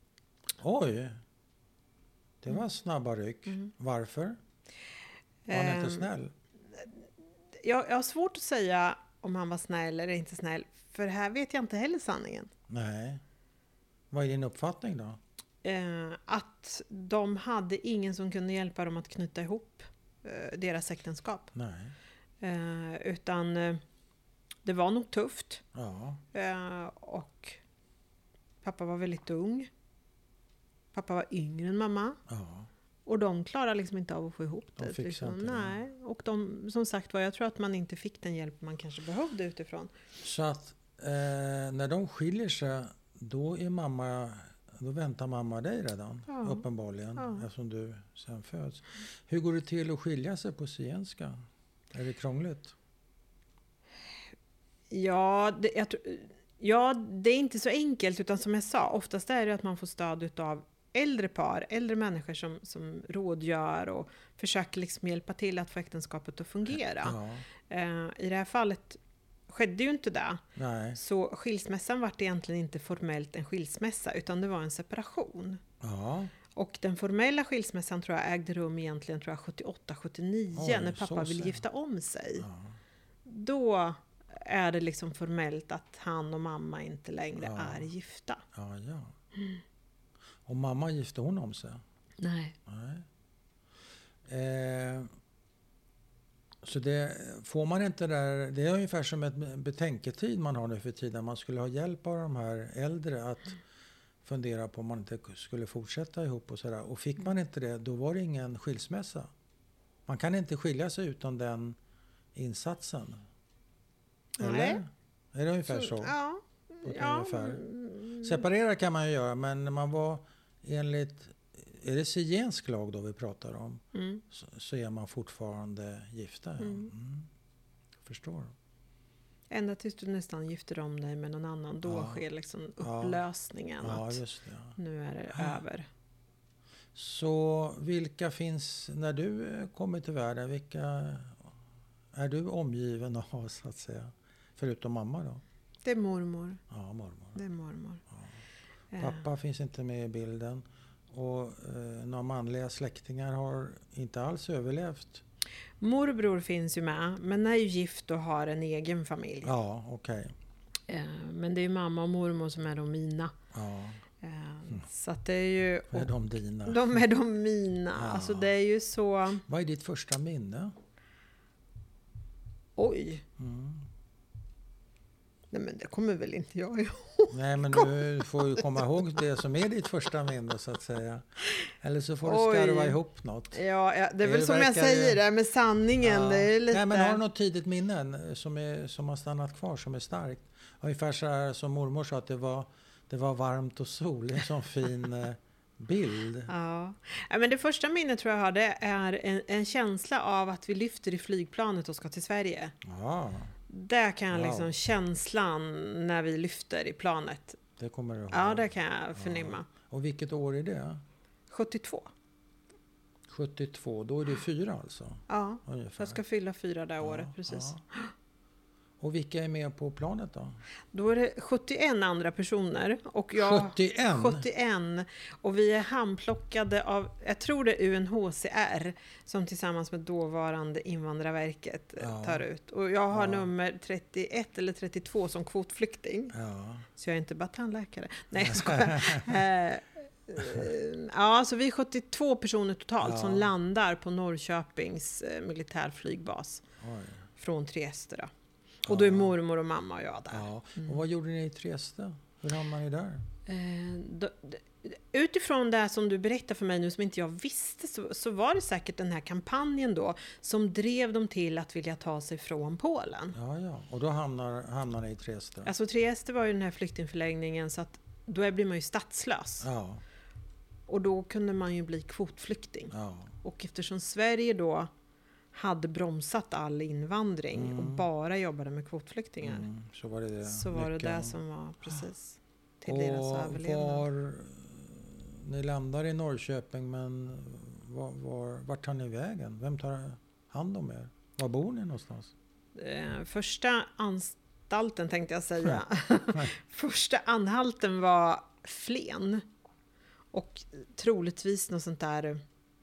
Oj, det var snabba ryck. Mm. Varför? Var han inte Ehm, snäll? Jag, jag har svårt att säga om han var snäll eller inte snäll. För här vet jag inte heller sanningen. Nej. Vad är din uppfattning då? Eh, att de hade ingen som kunde hjälpa dem att knyta ihop eh, deras äktenskap. Nej. Eh, utan eh, det var nog tufft. Ja. Eh, och pappa var väldigt ung. Pappa var yngre än mamma. Ja. Och de klarade liksom inte av att få ihop De det. fixade Liksom. inte det. Nej. Och de, som sagt var, jag tror att man inte fick den hjälp man kanske behövde utifrån. Så att eh, när de skiljer sig, då är mamma, då väntar mamma dig redan, Ja. uppenbarligen, Ja. eftersom du sen föds. Hur går det till att skilja sig på zigenska? Är det krångligt? Ja det, jag, tror- ja, det är inte så enkelt, utan som jag sa, oftast är det att man får stöd av äldre par, äldre människor som, som rådgör och försöker liksom hjälpa till att få äktenskapet att fungera. Ja. Eh, I det här fallet skedde ju inte det. Nej. Så skilsmässan var egentligen inte formellt en skilsmässa, utan det var en separation. Ja. Och den formella skilsmässan tror jag ägde rum egentligen tror jag sjuttioåtta sjuttionio Oj, när så pappa ville sen. gifta om sig. Ja. Då är det liksom formellt att han och mamma inte längre Ja. är gifta. Ja, ja. Och mamma gifte hon om sig? Nej. Nej. Eh, så det får man inte där, det är ungefär som ett betänketid man har nu för tiden. Man skulle ha hjälp av de här äldre att fundera på om man inte skulle fortsätta ihop och sådär. Och fick man inte det, då var det ingen skilsmässa. Man kan inte skilja sig utan den insatsen. Eller? Nej. Är det ungefär så? Ja. På ett Ja. ungefär. mm, Separera kan man ju göra, men när man var enligt, är det zigensk lag då vi pratar om, Mm. så, så är man fortfarande gifta. Ja. Mm. Mm. Förstår. Ända tills du nästan gifter om dig med någon annan. Då Ja. sker liksom Ja. upplösningen. Ja, Att just det. Ja. nu är det Ja. över. Så vilka finns, när du eh, kommer till världen, vilka är du omgiven av så att säga? Förutom mamma då? Det är mormor. Ja, mormor. Det är mormor. Ja. Eh, Pappa finns inte med i bilden. Och eh, några manliga släktingar har inte alls överlevt. Morbror finns ju med, men är ju gift och har en egen familj. Ja, okej. Eh, men det är ju mamma och mormor som är de mina. Ja, Eh, Så att det är ju... är de dina? De är de mina. Ja. Alltså det är ju så... Vad är ditt första minne? Oj. Mm. Nej men det kommer väl inte jag ihåg. Nej, men du får ju komma ihåg det som är ditt första minne så att säga. Eller så får du Oj. skarva ihop något. Ja, ja, det är Det väl som jag verkar säger ju- där med sanningen. Ja. Det är lite... Nej, men har du något tidigt minne som, är, som har stannat kvar, som är starkt? Ungefär så här som mormor sa, att det var, det var varmt och sol. En sån fin eh, bild. Ja. Ja, men det första minnet tror jag har, det är en, en känsla av att vi lyfter i flygplanet och ska till Sverige. Ja, Där kan jag Wow. liksom, känslan när vi lyfter i planet. det kommer du ihåg. Ja, det kan jag förnimma. Och vilket år är det? sjuttiotvå. sjuttiotvå, då är det fyra alltså? Ja, Ungefär. jag ska fylla fyra det året, Ja, precis. ja. Och vilka är med på planet då? Då är det sjuttioen andra personer. Och jag, sjuttioen? sjuttioen. Och vi är handplockade av, jag tror det är U N H C R som tillsammans med dåvarande Invandrarverket eh, Ja. tar ut. Och jag har Ja. nummer trettioett eller trettiotvå som kvotflykting. Ja. Så jag är inte bara tandläkare. Nej, jag skojar. eh, eh, ja, så vi är sjuttiotvå personer totalt Ja. som landar på Norrköpings eh, militärflygbas Oj. från Trieste då. Och då är mormor och mamma och jag där. Ja. Och vad gjorde ni i Trieste? Hur hamnade ni där? Eh, då, d- utifrån det som du berättar för mig nu som inte jag visste så, så var det säkert den här kampanjen då som drev dem till att vilja ta sig från Polen. Ja, ja. Och då hamnar, hamnar ni i Trieste? Alltså Trieste var ju den här flyktingförläggningen så att då blir man ju statslös. Ja, Och då kunde man ju bli kvotflykting. ja. Och eftersom Sverige då hade bromsat all invandring Mm. och bara jobbade med kvotflyktingar Mm, så var det det. så var det nyckeln. det som var precis till deras Och överlevnad. var, ni landar i Norrköping, men var, var, vart tar ni vägen? Vem tar hand om er? Var bor ni någonstans? Eh, första anstalten tänkte jag säga. Första anhalten var Flen. Och troligtvis något sånt där,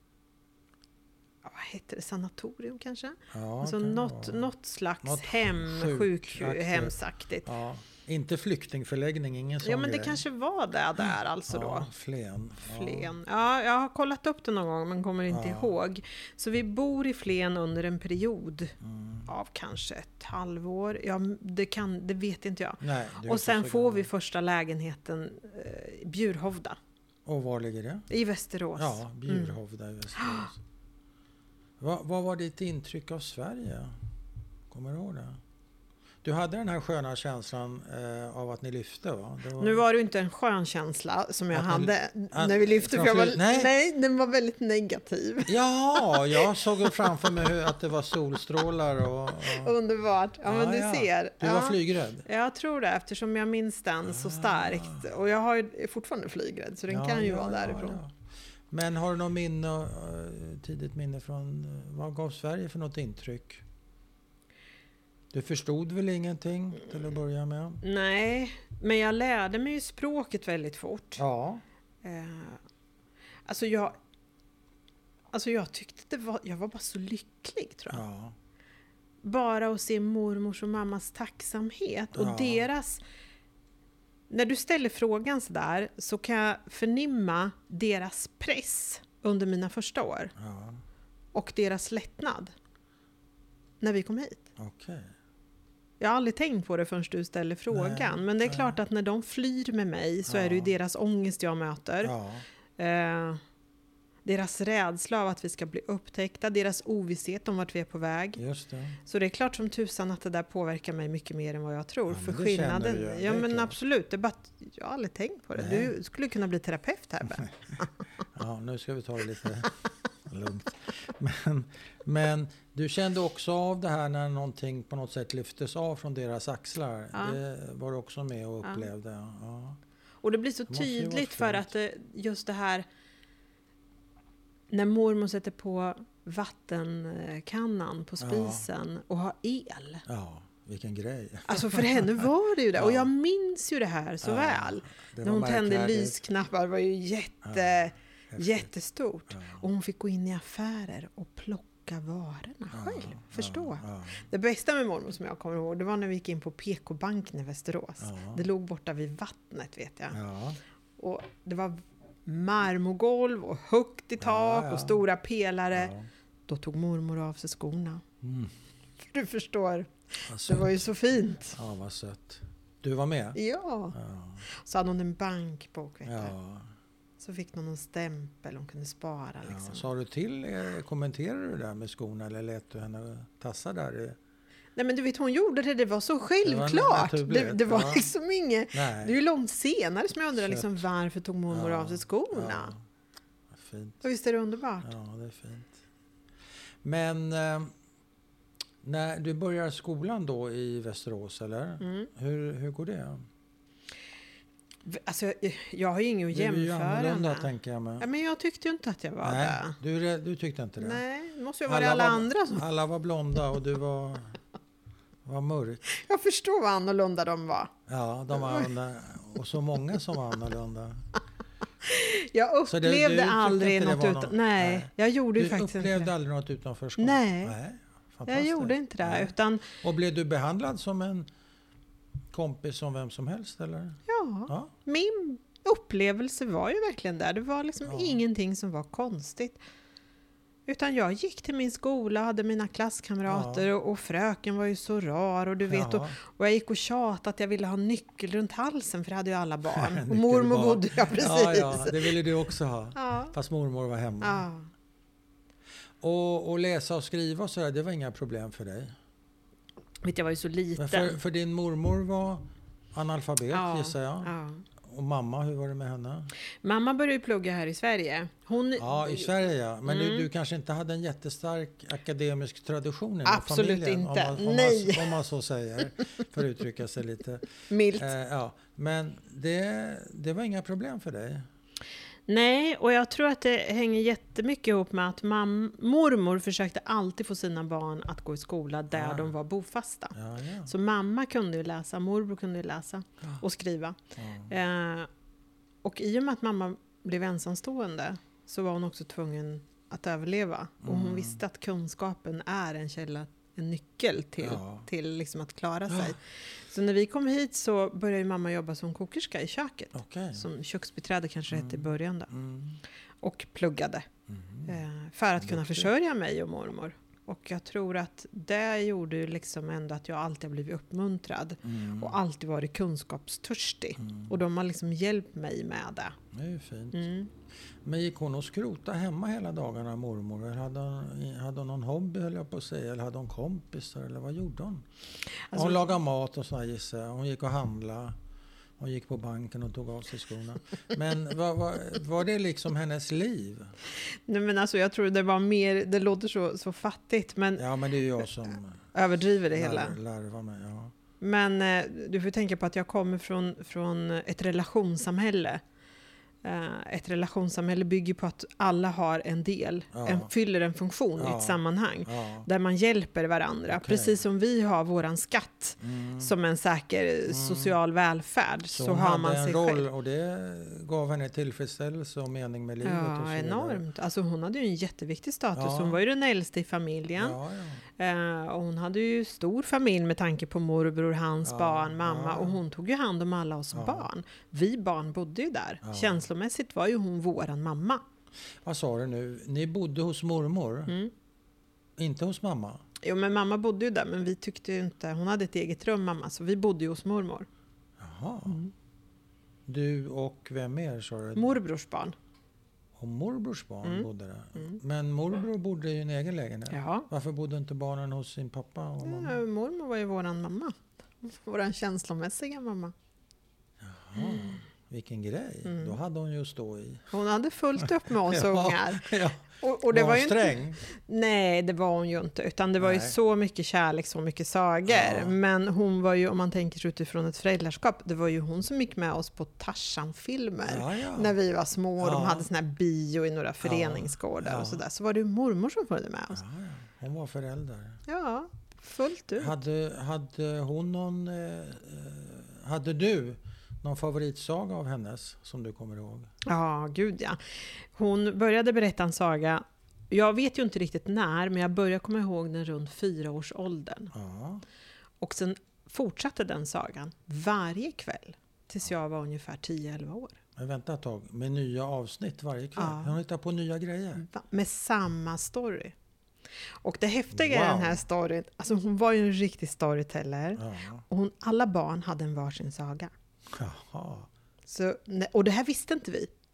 ja, vad heter det, sanatorium kanske? Ja, Alltså kan det något, vara. något slags Något hem, sjuk- sjukhemsaktigt. Ja, inte flyktingförläggning, ingen sån Ja, men det grej. kanske var det där alltså Ja, då. Flen. Ja. Flen. Ja, jag har kollat upp det någon gång men kommer inte Ja. ihåg. Så vi bor i Flen under en period Mm. av kanske ett halvår. Ja, det, kan, det vet inte jag. Nej, det är Och inte sen så får gammal. vi första lägenheten eh, i Bjurhovda Och var ligger det? i Västerås. Ja, Bjurhovda i Västerås. Va, vad var ditt intryck av Sverige? Kommer du ihåg det? Du hade den här sköna känslan eh, av att ni lyfte, va? Det var... Nu var det ju inte en skön känsla som jag Att ni- hade att- när vi lyfte. För jag var, framför- nej. nej. nej, den var väldigt negativ. Ja, jag såg ju framför mig hur, att det var solstrålar och... och... Underbart. Ja, men du ja. ser. Du ja. var flygrädd? Jag tror det, eftersom jag minns den så starkt. Och jag har ju, är fortfarande flygrädd, så den Ja, kan ju ja, vara ja, därifrån. ja. Men har du något minne, eh, tidigt minne från... eh, Vad gav Sverige för något intryck? Du förstod väl ingenting till att börja med? Nej, men jag lärde mig ju språket väldigt fort. Ja. Eh, alltså jag... Alltså jag tyckte det var... Jag var bara så lycklig, tror jag. Ja. Bara att se mormors och mammas tacksamhet. Och Ja. deras... När du ställer frågan så där så kan jag förnimma deras press under mina första år. Ja, Och deras lättnad. När vi kom hit. okej. Jag har aldrig tänkt på det förrän du ställer frågan. Nej, men det är nej. klart att när de flyr med mig så är det ju Ja. deras ångest jag möter. Ja. Eh, deras rädsla av att vi ska bli upptäckta. Deras ovisshet om vart vi är på väg. Just det. Så det är klart som tusan att det där påverkar mig mycket mer än vad jag tror. Ja, men För det skillnaden, känner du ju, ja det är men klart. absolut. Det är bara att jag har aldrig tänkt på det. Nej. Du skulle kunna bli terapeut här. Bara. Ja, nu ska vi ta det lite lugnt. Men, men du kände också av det här när någonting på något sätt lyftes av från deras axlar. Ja. Det var du också med och Ja. upplevde. Ja. Och det blir så Det måste ju vara tydligt för fint. att det, just det här när mormor sätter på vattenkannan på Ja. spisen och har el. Ja, vilken grej. Alltså för henne var det ju det. Och Ja. jag minns ju det här så Ja, väl. det När var hon tände märkvärdigt. lysknappar var ju jätte, Häftigt. jättestort. Ja. Och hon fick gå in i affärer och plocka varorna själv. Förstå. Ja, ja. Det bästa med mormor som jag kommer ihåg, det var när vi gick in på P K-banken i Västerås. Ja. Det låg borta vid vattnet, vet jag. Ja. Och det var marmorgolv och högt i tak Ja, ja. och stora pelare. Ja. Då tog mormor av sig skorna. Mm. Du förstår, Vad det sött. var ju så fint. Ja, vad sött. Du var med? Ja. Ja. Så hade hon en bankbok, vet du. Ja. Så fick hon en stämpel hon kunde spara. Liksom. Ja. Sa du till, eh, kommenterade du det där med skorna eller lät du henne tassa där? i- Nej, men du vet, hon gjorde det, det var så självklart. Det var, det, det var ja. liksom inget... Nej. Det är ju långt senare som jag undrar liksom, varför tog mormor ja. av sig skorna? Ja. Fint. Och visst är det underbart? Ja, det är fint. Men eh, när du börjar skolan då i Västerås, eller? Mm. Hur, hur går det? Alltså, jag har ju ingen att jämföra med. Du är ju annorlunda, tänker jag med. Ja, men jag tyckte ju inte att jag var Nej, där. Du, du tyckte inte det? Nej, det måste ju vara alla, alla andra som... Alla var blonda och du var, var mörk. Jag förstår vad annorlunda de var. Ja, de var annorlunda. Och så många som var annorlunda. Jag upplevde det, du, aldrig något utan... Någon... Nej, nej, jag gjorde ju faktiskt inte Du upplevde aldrig något utanförskap? Nej, nej jag gjorde inte det. Utan... Och blev du behandlad som en kompis som vem som helst, eller? Ja, ja. Min upplevelse var ju verkligen där. Det var liksom ja. ingenting som var konstigt. Utan jag gick till min skola, hade mina klasskamrater ja. och, och fröken var ju så rar. Och du vet, ja. och, och jag gick och tjatade att jag ville ha nyckel runt halsen, för det hade ju alla barn. Och mormor bodde jag precis. Ja, ja, det ville du också ha. Ja. Fast mormor var hemma. Ja. Och, och läsa och skriva och sådär, det var inga problem för dig? Vet jag var ju så liten. För, för din mormor var analfabet, ja. gissar jag. Ja. Och mamma, hur var det med henne? Mamma började ju plugga här i Sverige. Hon... Ja, i Sverige ja. Men mm. du, du kanske inte hade en jättestark akademisk tradition i Absolut familjen? inte, om man, om nej. Man, om man så säger, för att uttrycka sig lite. Milt. Eh, ja. Men det, det var inga problem för dig? Nej, och jag tror att det hänger jättemycket ihop med att mam- mormor försökte alltid få sina barn att gå i skola där ja. de var bofasta. Ja, ja. Så mamma kunde ju läsa, morbror kunde ju läsa ja. och skriva. Ja. Eh, och i och med att mamma blev ensamstående så var hon också tvungen att överleva. Mm. Och hon visste att kunskapen är en källa, en nyckel till, ja. till liksom att klara sig. Ja. Så när vi kom hit så började mamma jobba som kokerska i köket. Okay. Som köksbiträde kanske mm. hette i början då. Mm. Och pluggade. Mm. Eh, för att kunna Duktig. försörja mig och mormor. Och jag tror att det gjorde ju liksom ändå att jag alltid har blivit uppmuntrad. Mm. Och alltid varit kunskapstörstig. Mm. Och de har liksom hjälpt mig med det. Det är ju fint. Mm. Men gick hon och skrota hemma hela dagarna, mormor? Eller hade hon, hade hon någon hobby, höll jag på att säga? Eller hade hon kompisar? Eller vad gjorde hon? Alltså, hon lagade mat och så gissar jag. Hon gick och handlade. Hon gick på banken och tog av sig skorna. Men var, var, var det liksom hennes liv? Nej, men alltså jag tror det var mer, det låter så, så fattigt. Men ja, men det är ju jag som överdriver det lär, hela. Larvar mig, ja. Men eh, du får tänka på att jag kommer från, från ett relationssamhälle. Uh, ett relationssamhälle bygger på att alla har en del, ja. en, fyller en funktion ja. i ett sammanhang ja. där man hjälper varandra. Okay. Precis som vi har våran skatt mm. som en säker mm. social välfärd så, så har man en sig roll själv. Och det gav henne tillfredsställelse och mening med livet. Ja, och så enormt. Alltså hon hade ju en jätteviktig status. Ja. Hon var ju den äldsta i familjen. Ja, ja. Uh, och hon hade ju stor familj med tanke på morbror, hans ja, barn, mamma. Ja. Och hon tog ju hand om alla oss ja. barn. Vi barn bodde ju där. Ja. Känslomässigt var ju hon våran mamma. Vad sa du nu? Ni bodde hos mormor? Mm. Inte hos mamma? Jo, men mamma bodde ju där. Men vi tyckte ju inte... Hon hade ett eget rum, mamma. Så vi bodde ju hos mormor. Jaha. Mm. Du och vem mer, sa du? Morbrors barn. Och morbrors barn mm. bodde där. Mm. Men morbror bodde i en egen lägenhet. Ja. Varför bodde inte barnen hos sin pappa och mamma? Ja, mormor var ju våran mamma. Våran känslomässiga mamma. Jaha. Mm. Vilken grej. Mm. Då hade hon ju att stå i. Hon hade fullt upp med oss ja, ungar. Ja. Och, och det var, var hon ju sträng? Inte, nej, det var hon ju inte. Utan det var nej. ju så mycket kärlek, så mycket sagor. Ja. Men hon var ju, om man tänker utifrån ett föräldraskap, det var ju hon som gick med oss på Tarzan-filmer. Ja, ja. När vi var små och ja. de hade såna här bio i några föreningsgårdar ja. och sådär. Så var det ju mormor som följde med oss. Ja, ja. Hon var förälder. Ja, fullt ut. Hade, hade hon någon... Eh, hade du... någon favoritsaga av hennes som du kommer ihåg? Ja, gud ja. Hon började berätta en saga. Jag vet ju inte riktigt när, men jag började komma ihåg den runt fyra års åldern. Ja. Och sen fortsatte den sagan varje kväll tills jag var ungefär tio elva år. Men vänta ett tag, med nya avsnitt varje kväll? Ja. Hon hittar på nya grejer? Va? Med samma story. Och det häftiga wow. i den här storyn, alltså hon var ju en riktig storyteller. Ja. Och hon, alla barn hade en varsin saga. Jaha. Så, och det här visste inte vi.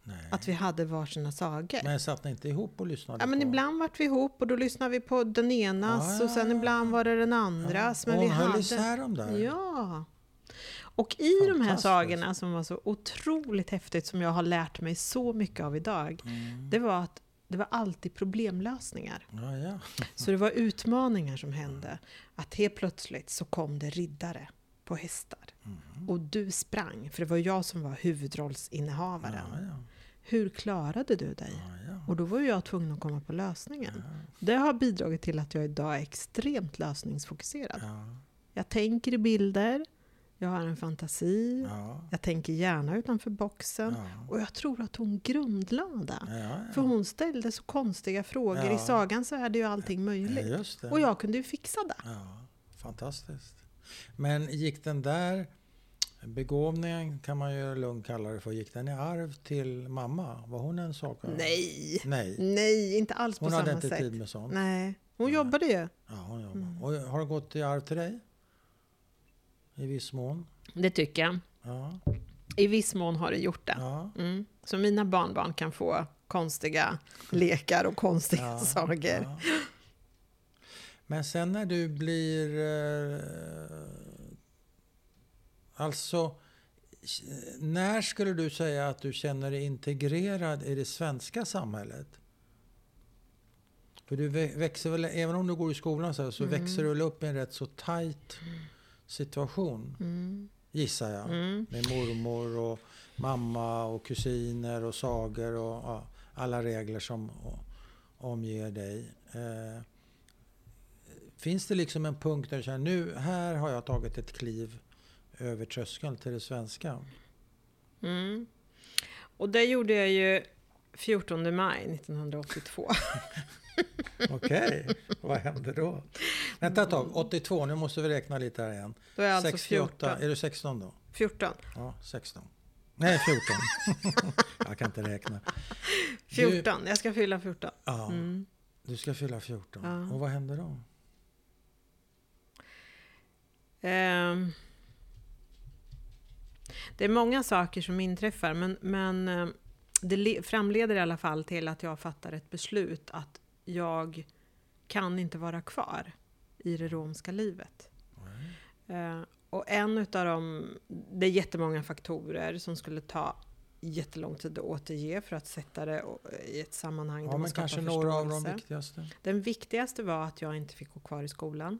Nej. Att vi hade varsina sagor. Men satt ni inte ihop och lyssnade Ja, men på? ibland vart vi ihop och då lyssnade vi på den enas Ah, ja, och sen ibland var det den andras. Ja. Men Och vi hon höll hade... isär dem där. Ja. Och i de här sagorna som var så otroligt häftigt, som jag har lärt mig så mycket av idag, Mm. det var att det var alltid problemlösningar. Ja, ja. Så det var utmaningar som hände. Att helt plötsligt så kom det riddare på hästar. Mm. Och du sprang, för det var jag som var huvudrollsinnehavaren. Ja, ja. Hur klarade du dig? Ja, ja. Och då var jag tvungen att komma på lösningen. Ja. Det har bidragit till att jag idag är extremt lösningsfokuserad. Ja. Jag tänker i bilder, jag har en fantasi, Ja. jag tänker gärna utanför boxen. Ja. Och jag tror att hon grundlade. Ja, ja. För hon ställde så konstiga frågor. Ja. I sagan så är det ju allting möjligt. Ja, just det. Och jag kunde ju fixa det. Ja, fantastiskt. Men gick den där begåvningen, kan man ju lugnt kalla det för, gick den i arv till mamma? Var hon en sak? Nej, Nej. nej, inte alls på Hon samma hade inte sätt. tid med sånt. Nej, hon Nej. jobbade ju. Ja, hon jobbar. Mm. Och har det gått i arv till dig? I viss mån? Det tycker jag. Ja. I viss mån har det gjort det. Ja. Mm. Så mina barnbarn kan få konstiga lekar och konstiga Ja, saker. ja. Men sen när du blir... Eh, alltså, när skulle du säga att du känner dig integrerad i det svenska samhället? För du växer väl, även om du går i skolan så, här, så Mm. växer du väl upp i en rätt så tajt situation, Mm. gissar jag. Mm. Med mormor och mamma och kusiner och sagor och ja, alla regler som o- omger dig. Eh, finns det liksom en punkt där du känner, nu här har jag tagit ett kliv över tröskeln till det svenska? Mm. Och det gjorde jag ju fjortonde maj nittonhundraåttiotvå. Okej, vad hände då? Vänta ett tag, åttiotvå, nu måste vi räkna lite här igen. Då är jag alltså sextioåtta, fjorton. är du sexton då? fjorton. Ja, sexton. Nej, fjorton. Jag kan inte räkna. fjorton, jag ska fylla fjorton. Ja, Mm. du ska fylla fjorton. Ja. Och vad händer då? Ehm. Det är många saker som inträffar, men, men eh, det le- framleder i alla fall till att jag fattar ett beslut att jag kan inte vara kvar i det romska livet. Eh, och en utav dem, det är jättemånga faktorer som skulle ta jättelång tid att återge för att sätta det i ett sammanhang. Ja, där man men skapar kanske några av de förståelse. viktigaste. Den viktigaste var att jag inte fick gå kvar i skolan.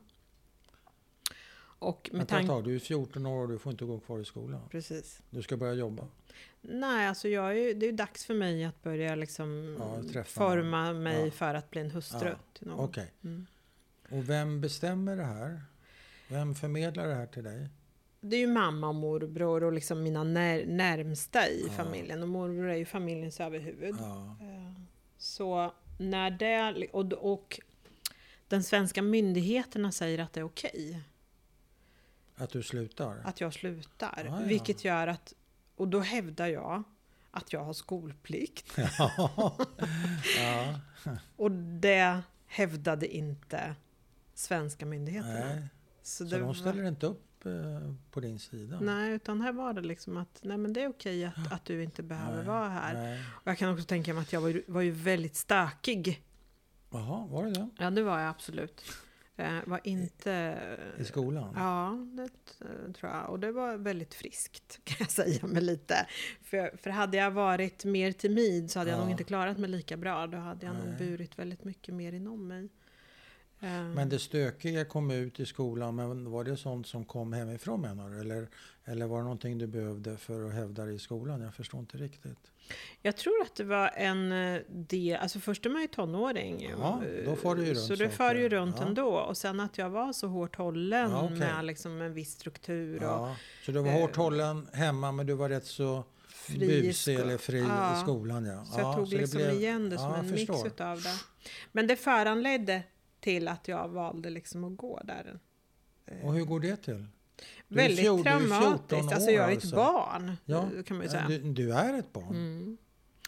Och med Vänta ett tanke... tag, du är fjorton år och du får inte gå kvar i skolan. Precis. Du ska börja jobba. Nej, alltså jag är, ju- det är ju dags för mig att börja liksom Ja, träffa forma mig Ja. för att bli en hustru Ja, till någon. Okej. Mm. Och vem bestämmer det här? Vem förmedlar det här till dig? Det är ju mamma och morbror och liksom mina när, närmsta i Ja. familjen. Och morbror är ju familjens överhuvud. Ja. Eh, Så när det... Och, och den svenska myndigheterna säger att det är okej Att du slutar? att jag slutar. Ja, ja. Vilket gör att... Och då hävdar jag att jag har skolplikt. Ja. Ja. Och det hävdade inte svenska myndigheterna. Nej. Så Så det de var, ställer inte upp eh, på din sida? nej, utan här var det liksom att nej, men det är okej att, att du inte behöver Nej, vara här. Nej. Och jag kan också tänka mig att jag var ju, var ju väldigt stökig. Jaha, var det det? Ja, det var jag absolut. Eh, var inte... I skolan? Ja, det eh, tror jag. Och det var väldigt friskt, kan jag säga med lite. För, för hade jag varit mer timid så hade jag Ja. nog inte klarat mig lika bra. Då hade jag nog Nej. burit väldigt mycket mer inom mig. Eh, Men det stökiga kom ut i skolan, men var det sånt som kom hemifrån menar du? Eller, eller var det någonting du behövde för att hävda dig i skolan? Jag förstår inte riktigt. Jag tror att det var en eh, del, alltså först är man ju tonåring. Ja, då får du ju runt Så det saker. för ju runt Ja. ändå. Och sen att jag var så hårt hållen Ja, okej. med liksom en viss struktur. Och Ja, så du var hårt hållen hemma, men du var rätt så fri i busig sko- eller fri Ja. i skolan. Ja. Så jag Ja, tog så det liksom blev- igen det som ja, en jag mix förstår. utav det. Men det föranledde till att jag valde liksom att gå där. Och hur går det till? Du är Väldigt fjol- du är fjorton traumatiskt. Alltså jag är ett alltså. barn, Ja, kan man ju säga. Du, du är ett barn. Mm.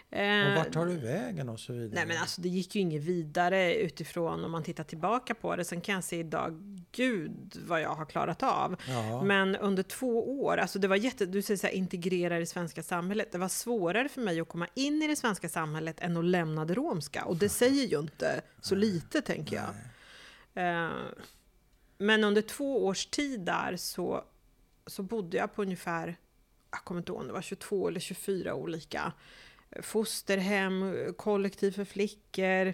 Och vart tar du vägen och så vidare? Nej, men alltså det gick ju inget vidare utifrån om man tittar tillbaka på det. Sen kan jag se idag, gud vad jag har klarat av. Ja. Men under två år, alltså det var jätte, du säger så här, integrera i det svenska samhället. Det var svårare för mig att komma in i det svenska samhället än att lämna det romska. Och det säger ju inte så lite, tänker jag. Uh, men under två års tid där så, så bodde jag på ungefär, jag kommer inte ihåg, det var tjugotvå eller tjugofyra olika fosterhem, kollektiv för flickor. Mm.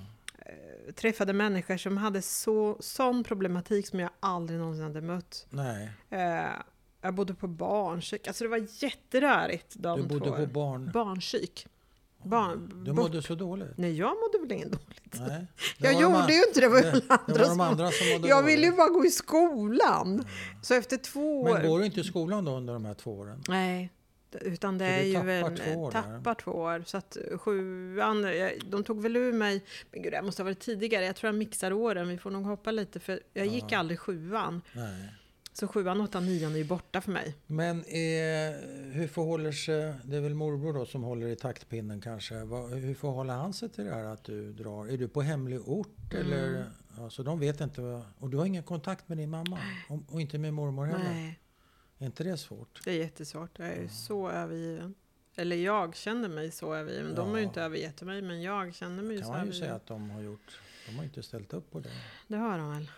Träffade människor som hade så, sån problematik som jag aldrig någonsin hade mött. Nej. Uh, jag bodde på barnpsyk. Alltså det var jätterörigt de Du bodde två. på barn... barnpsyk. Barn, du mådde så dåligt? Nej, jag mådde väl inget dåligt. Nej. Jag gjorde de, ju inte det. Var det, det var de andra som mådde Jag dåligt. ville ju bara gå i skolan. Mm. Så efter två år... Men går du inte i skolan då under de här två åren? Nej, utan det så är ju väl... Två år tappar två år. Så att sjuan... De tog väl ur mig... Men gud, det måste ha varit tidigare. Jag tror jag mixar åren. Vi får nog hoppa lite. För jag gick ja. aldrig sjuan. Nej. Så sjuan, åttan, nian är ju borta för mig. Men eh, hur förhåller sig, det är väl morbror då som håller i taktpinnen kanske. Va, hur förhåller han sig till det här att du drar? Är du på hemlig ort? Mm. Eller, alltså de vet inte. Vad, och du har ingen kontakt med din mamma? Och, och inte med mormor heller? Nej. Är inte det svårt? Det är jättesvårt. Jag är mm. så övergiven. Eller jag känner mig så övergiven. Ja. De har ju inte övergett mig, men jag känner mig kan så man ju övergiven. säga att de har gjort. De har inte ställt upp på det. Det har de väl.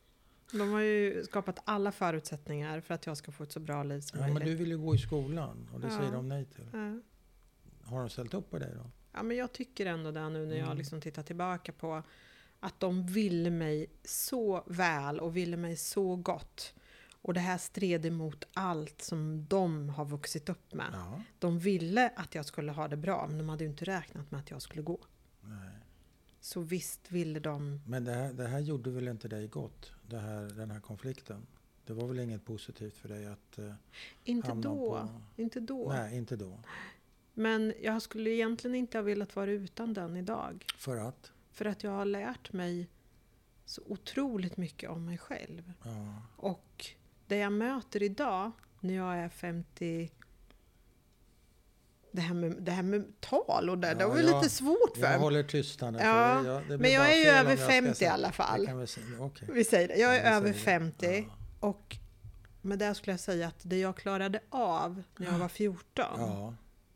De har ju skapat alla förutsättningar för att jag ska få ett så bra liv som ja, möjligt. Men du vill ju gå i skolan och det ja. säger de nej till. Ja. Har de ställt upp på det då? Ja, men jag tycker ändå det nu när jag mm. liksom tittar tillbaka på att de ville mig så väl och ville mig så gott. Och det här stred emot allt som de har vuxit upp med. Ja. De ville att jag skulle ha det bra, men de hade ju inte räknat med att jag skulle gå. Nej. Så visst ville de... Men det här, det här gjorde väl inte dig gott, det här, den här konflikten? Det var väl inget positivt för dig att eh, inte då. På... Inte då. Nej, inte då. Men jag skulle egentligen inte ha velat vara utan den idag. För att? För att jag har lärt mig så otroligt mycket om mig själv. Ja. Och det jag möter idag när jag är femtio... Det här, med, det här med tal och det, ja, det var ju lite svårt för mig. Jag håller tystnad. Ja, det, jag, det men jag är ju över femtio i alla fall. Det kan vi, säga. Okay. Vi säger det. Jag är ja, över femtio. Ja. Och med det skulle jag säga att det jag klarade av när jag var fjorton ja.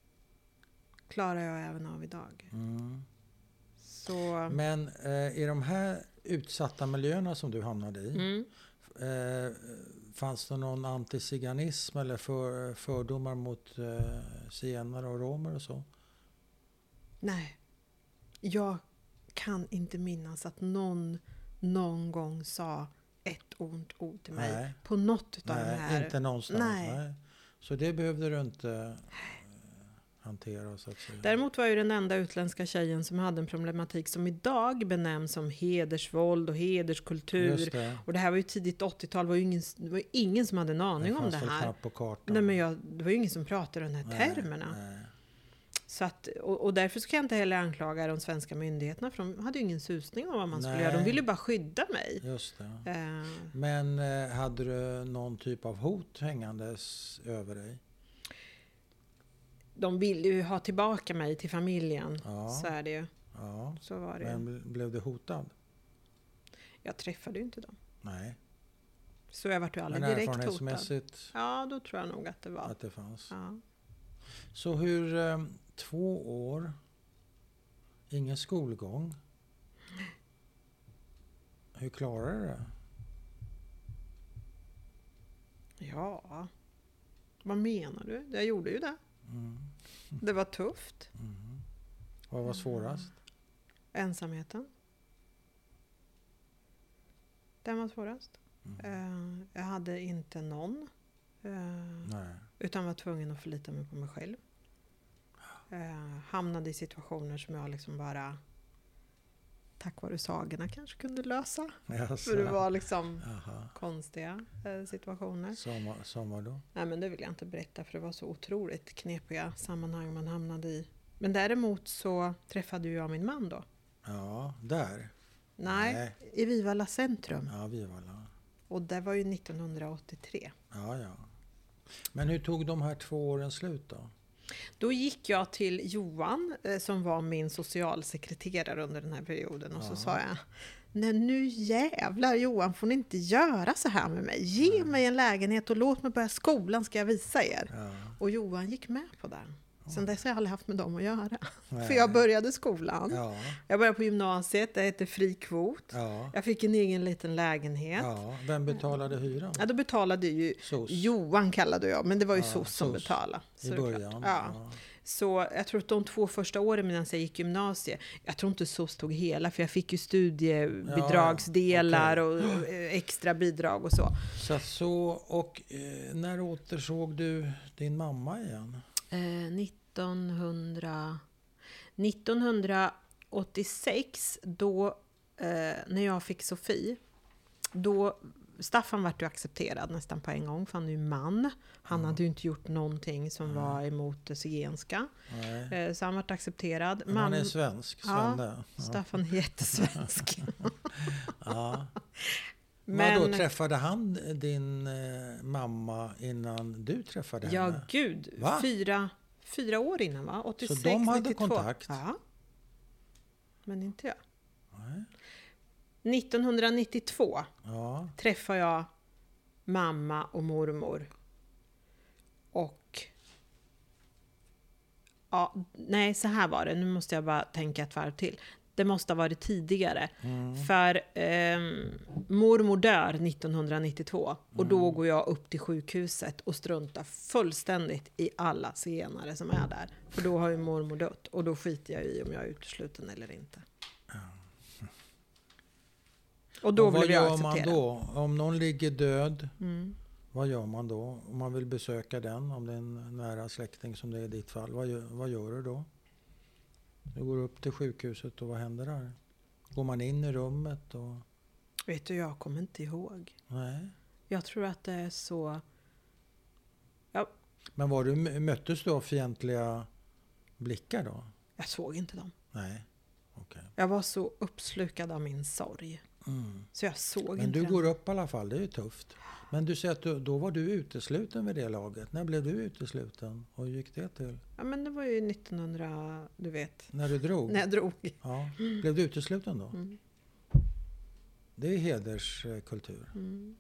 klarar jag även av idag. Mm. Så... Men eh, i de här utsatta miljöerna som du hamnade i, mm. eh, fanns det någon antiziganism eller för, fördomar mot eh, zigenare och romer och så? Nej. Jag kan inte minnas att någon någon gång sa ett ont ord till mig. Nej. På något utav Nej, de här. Inte någonstans. Nej. Nej. Så det behövde du inte eh, hantera, så att säga. Däremot var jag den enda utländska tjejen som hade en problematik som idag benämns som hedersvåld och hederskultur. Just det. Och det här var ju tidigt åttiotal. Det var ju ingen, det var ju ingen som hade en aning om det här. På kartan. Nej, men jag, det var ju ingen som pratade de här nej, termerna. Nej. Så att, och, och därför så kan jag inte heller anklaga de svenska myndigheterna, för de hade ju ingen susning om vad man skulle Nej. göra. De ville ju bara skydda mig. Just det. Uh, Men eh, hade du någon typ av hot hängandes över dig? De ville ju ha tillbaka mig till familjen. Ja. Så är det ju. Ja. Så var det. Men blev du hotad? Jag träffade ju inte dem. Nej. Så jag vart ju aldrig Men direkt hotad. erfarenhetsmässigt? Ja, då tror jag nog att det var. Att det fanns. Ja. Så hur, eh, två år, ingen skolgång. Hur klarar du det? Ja, vad menar du? Jag gjorde ju det. Mm. Det var tufft. Mm. Vad var svårast? Ensamheten. Den var svårast. Mm. Jag hade inte någon. Nej. Utan var tvungen att förlita mig på mig själv. Hamnade i situationer som jag liksom bara tack vare sagorna kanske kunde lösa. Jaså. För det var liksom Aha. konstiga situationer. Som, som var då? Nej, men det vill jag inte berätta, för det var så otroligt knepiga sammanhang man hamnade i. Men däremot så träffade jag min man då. Ja, där? Nej, Nej. i Vivalla centrum. Ja, Vivalla. Och det var ju nittonhundraåttiotre. Ja, ja. Men hur tog de här två åren slut då? Då gick jag till Johan eh, som var min socialsekreterare under den här perioden och Ja. så sa jag: nej nu jävlar Johan, får ni inte göra så här med mig. Ge Nej. mig en lägenhet och låt mig börja skolan, ska jag visa er. Ja. Och Johan gick med på det. Sen dess har jag aldrig haft med dem att göra. Nej. För jag började skolan. Ja. Jag började på gymnasiet, det hette fri kvot. Ja. Jag fick en egen liten lägenhet. Ja. Vem betalade hyran? Ja, då betalade ju SOS. Johan kallade jag, men det var ju Ja, SOS som SOS. betalade. I så det är klart. början. Ja. Ja. Så jag tror att de två första åren medan jag gick gymnasiet, jag tror inte SOS tog hela, för jag fick ju studiebidragsdelar Ja, och eh, extra bidrag och så. Så, så och eh, när återsåg du din mamma igen? Eh, nittonhundra nittonhundraåttiosex, då eh, när jag fick Sofie, då Staffan var ju accepterad nästan på en gång, för han är ju man. Han Mm. hade ju inte gjort någonting som Mm. var emot det zigenska. Nej. Eh, så han var accepterad. Men han är svensk, Svenne. Ja. Staffan är jättesvensk. Ja. Men Men då träffade han din eh, mamma innan du träffade henne? ja, gud. Va? Fyra, fyra år innan, va? åttiosex, Så de hade nittiotvå. kontakt? Ja. Men inte jag. Nej. nittonhundranittiotvå Ja. träffade jag mamma och mormor. Och ja, nej, så här var det. Nu måste jag bara tänka ett varv till. Det måste ha varit tidigare. Mm. För eh, mormor dör nittonhundranittiotvå. Och då Mm. går jag upp till sjukhuset och struntar fullständigt i alla senare som är där. För då har ju mormor dött. Och då skiter jag i om jag är utesluten eller inte. Och då Och vad blev jag gör man accepterad. då? Om någon ligger död, Mm. vad gör man då? Om man vill besöka den, om det är en nära släkting som det är i ditt fall, vad gör, vad gör du då? Du går upp till sjukhuset och vad händer där? Går man in i rummet? Och... Vet du, jag kommer inte ihåg. Nej. Jag tror att det är så... Men var du, möttes du av fientliga blickar då? Jag såg inte dem. Nej, okej. Jag var så uppslukad av min sorg. Mm. Så jag såg Men inte du den. går upp i alla fall, det är ju tufft. Men du säger att du, då var du utesluten vid det laget. När blev du utesluten? Och hur gick det till? Ja, men det var ju nittonhundra, du vet. När du drog? När jag drog. Ja. Blev du utesluten då? Mm. Det är hederskultur. Mm.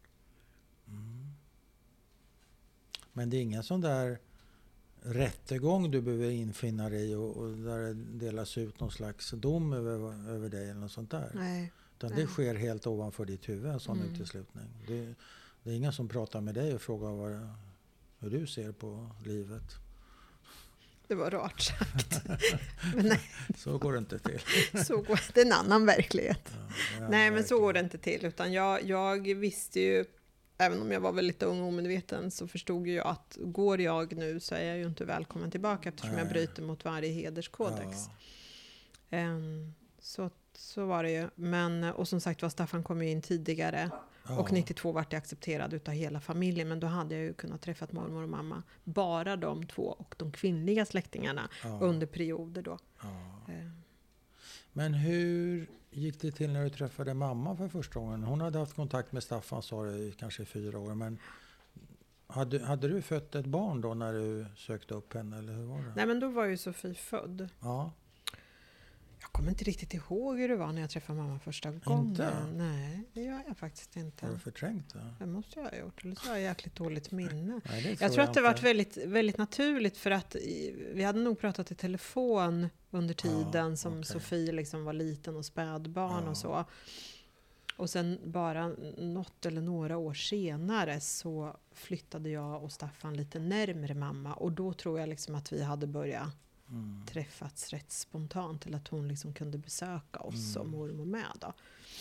Mm. Men det är ingen sån där rättegång du behöver infinna dig i och, och där det delas ut någon slags dom över, över dig eller något sånt där. Nej. Utan Nej. det sker helt ovanför ditt huvud, en sån Mm. uteslutning. Det, det är ingen som pratar med dig och frågar vad, hur du ser på livet. Det var rart sagt. Men nej, Så går det inte till. så går, det är en annan verklighet. Ja, ja, Nej, men så verkligen. går det inte till. Utan jag, jag visste ju, även om jag var väldigt ung och omedveten, så förstod ju jag att går jag nu så är jag ju inte välkommen tillbaka, eftersom Nej. jag bryter mot varje hederskodex. Ja. Um, så, så var det ju. Men, och som sagt var, Staffan kom ju in tidigare. Ja. Och nittiotvå vart jag accepterad utav hela familjen. Men då hade jag ju kunnat träffa mormor och mamma. Bara de två och de kvinnliga släktingarna Ja. under perioder då. Ja. Eh, Men hur gick det till när du träffade mamma för första gången? Hon hade haft kontakt med Staffan, sa du, i kanske fyra år. Men hade, hade du fött ett barn då när du sökte upp henne? Eller hur var det? Nej, men då var ju Sofie född. Ja. Jag kommer inte riktigt ihåg hur det var när jag träffade mamma första gången. Inte? Nej, det gör jag faktiskt inte. Har du förträngt det? Det måste jag ha gjort. Eller så har jag jäkligt dåligt minne. Nej, det Jag tror att det var inte. väldigt, väldigt naturligt, för att i- vi hade nog pratat i telefon under tiden Ja, som okej. Sofie liksom var liten och spädbarn Ja. och så. Och sen bara något eller några år senare så flyttade jag och Staffan lite närmare mamma. Och då tror jag liksom att vi hade börjat Mm. träffats rätt spontant, till att hon liksom kunde besöka oss Mm. och mormor med då.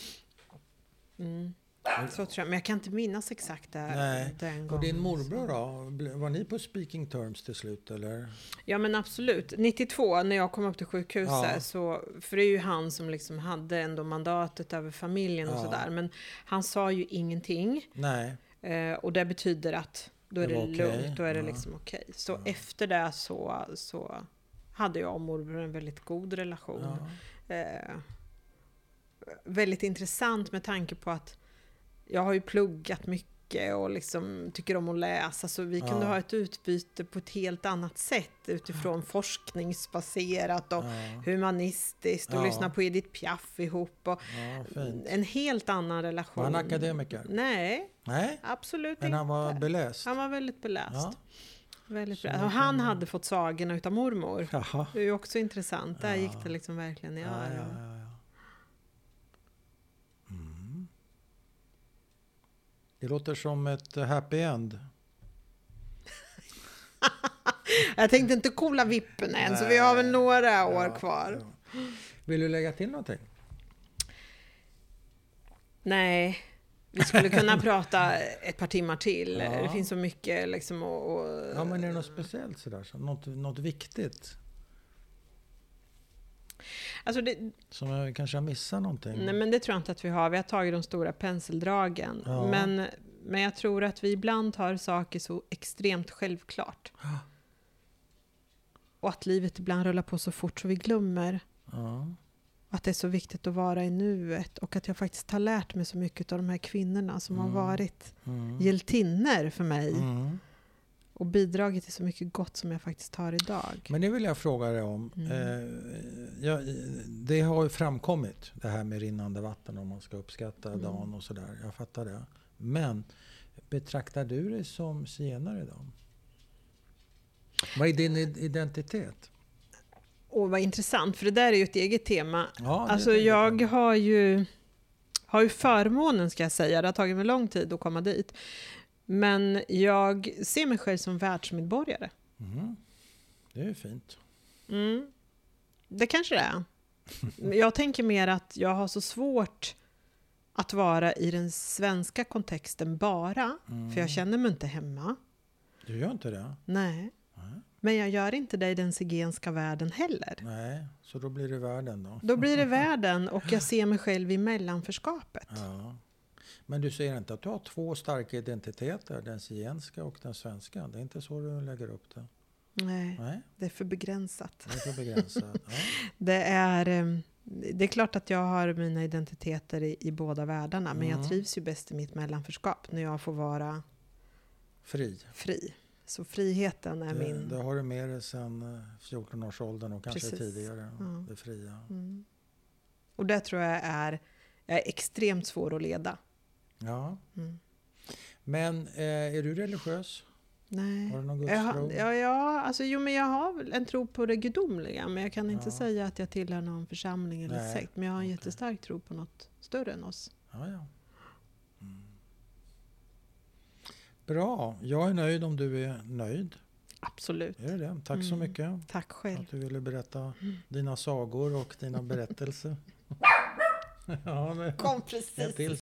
Mm. Så tror jag, men jag kan inte minnas exakt det, Nej. den gången. Och din morbror då? Ble- Var ni på speaking terms till slut eller? Ja, men absolut. nittiotvå när jag kom upp till sjukhuset, Ja. så, för det är ju han som liksom hade ändå mandatet över familjen och Ja. sådär. Men han sa ju ingenting. Nej. Eh, och det betyder att då är Det det, var okej. lugnt, då är det Ja. liksom okej. Så Ja. efter det så, så hade jag och morbror en väldigt god relation. Ja. Eh, väldigt intressant med tanke på att jag har ju pluggat mycket mycket och liksom tycker om att läsa, så vi kunde Ja. ha ett utbyte på ett helt annat sätt utifrån forskningsbaserat och Ja. humanistiskt och Ja. lyssna på Edith Piaf ihop och Ja, fint. en helt annan relation. Var han akademiker? Nej, Nej, absolut men han var inte. beläst. Han var väldigt beläst. Ja. Väldigt Så bra. det Och han kan- hade fått sagorna utav mormor. Jaha. Det är ju också intressant. Där Ja. gick det liksom verkligen i Ja, arv. ja, ja, ja. Mm. Det låter som ett happy end. Jag tänkte inte kolla vippen än, så vi Nej. har väl några år Ja, kvar. ja. Vill du lägga till någonting? Nej, vi skulle kunna prata ett par timmar till. Ja. Det finns så mycket liksom och, och... Ja, men är det något speciellt sådär? Så något, något viktigt? Alltså det, Som jag kanske har missat någonting? nej, men det tror jag inte att vi har. Vi har tagit de stora penseldragen. Ja. Men, men jag tror att vi ibland tar saker så extremt självklart. Ja. Och att livet ibland rullar på så fort så vi glömmer Ja. att det är så viktigt att vara i nuet. Och att jag faktiskt har lärt mig så mycket av de här kvinnorna som Mm. har varit Mm. hjältinnor för mig. Mm. Och bidragit till så mycket gott som jag faktiskt har idag. Men det vill jag fråga dig om. Mm. Eh, ja, det har ju framkommit, det här med rinnande vatten, om man ska uppskatta Mm. dagen och sådär. Jag fattar det. Men betraktar du dig som zigenare idag? Vad är din identitet? Och vad intressant, för det där är ju ett eget tema. Ja, det är Alltså ett eget jag tema. har ju, har ju förmånen, ska jag säga. Det har tagit mig lång tid att komma dit. Men jag ser mig själv som världsmedborgare. Mm. Det är ju fint. Mm. Det kanske det är. Jag tänker mer att jag har så svårt att vara i den svenska kontexten bara. Mm. För jag känner mig inte hemma. Du gör inte det? Nej. Nej. Men jag gör inte det i den zigenska världen heller. Nej, så då blir det världen då? Då blir det världen och jag ser mig själv i mellanförskapet. Ja. Men du säger inte att du har två starka identiteter, den zigenska och den svenska? Det är inte så du lägger upp det? Nej, Nej, det är för begränsat. det är för begränsat. Ja. Det är, eh, det är klart att jag har mina identiteter i, i båda världarna. Men Mm. jag trivs ju bäst i mitt mellanförskap när jag får vara Fri. fri. Så friheten är Det, min... det har du med dig sedan fjorton-årsåldern och kanske Precis. tidigare. Ja. Det fria. Mm. Och det tror jag är, är extremt svår att leda. Ja. Mm. Men eh, är du religiös? Nej. Har du någon Jag gudstro? har, ja, ja, alltså, jo, men jag har väl en tro på det gudomliga, men jag kan inte Ja. säga att jag tillhör någon församling eller Nej, sekt. Men jag har en okej. jättestark tro på något större än oss. Ja, ja. Mm. Bra. Jag är nöjd om du är nöjd. Absolut. Är det det? Tack så Mm. mycket Tack själv. att du ville berätta dina sagor och dina berättelser. Ja, men, Kom en precis. till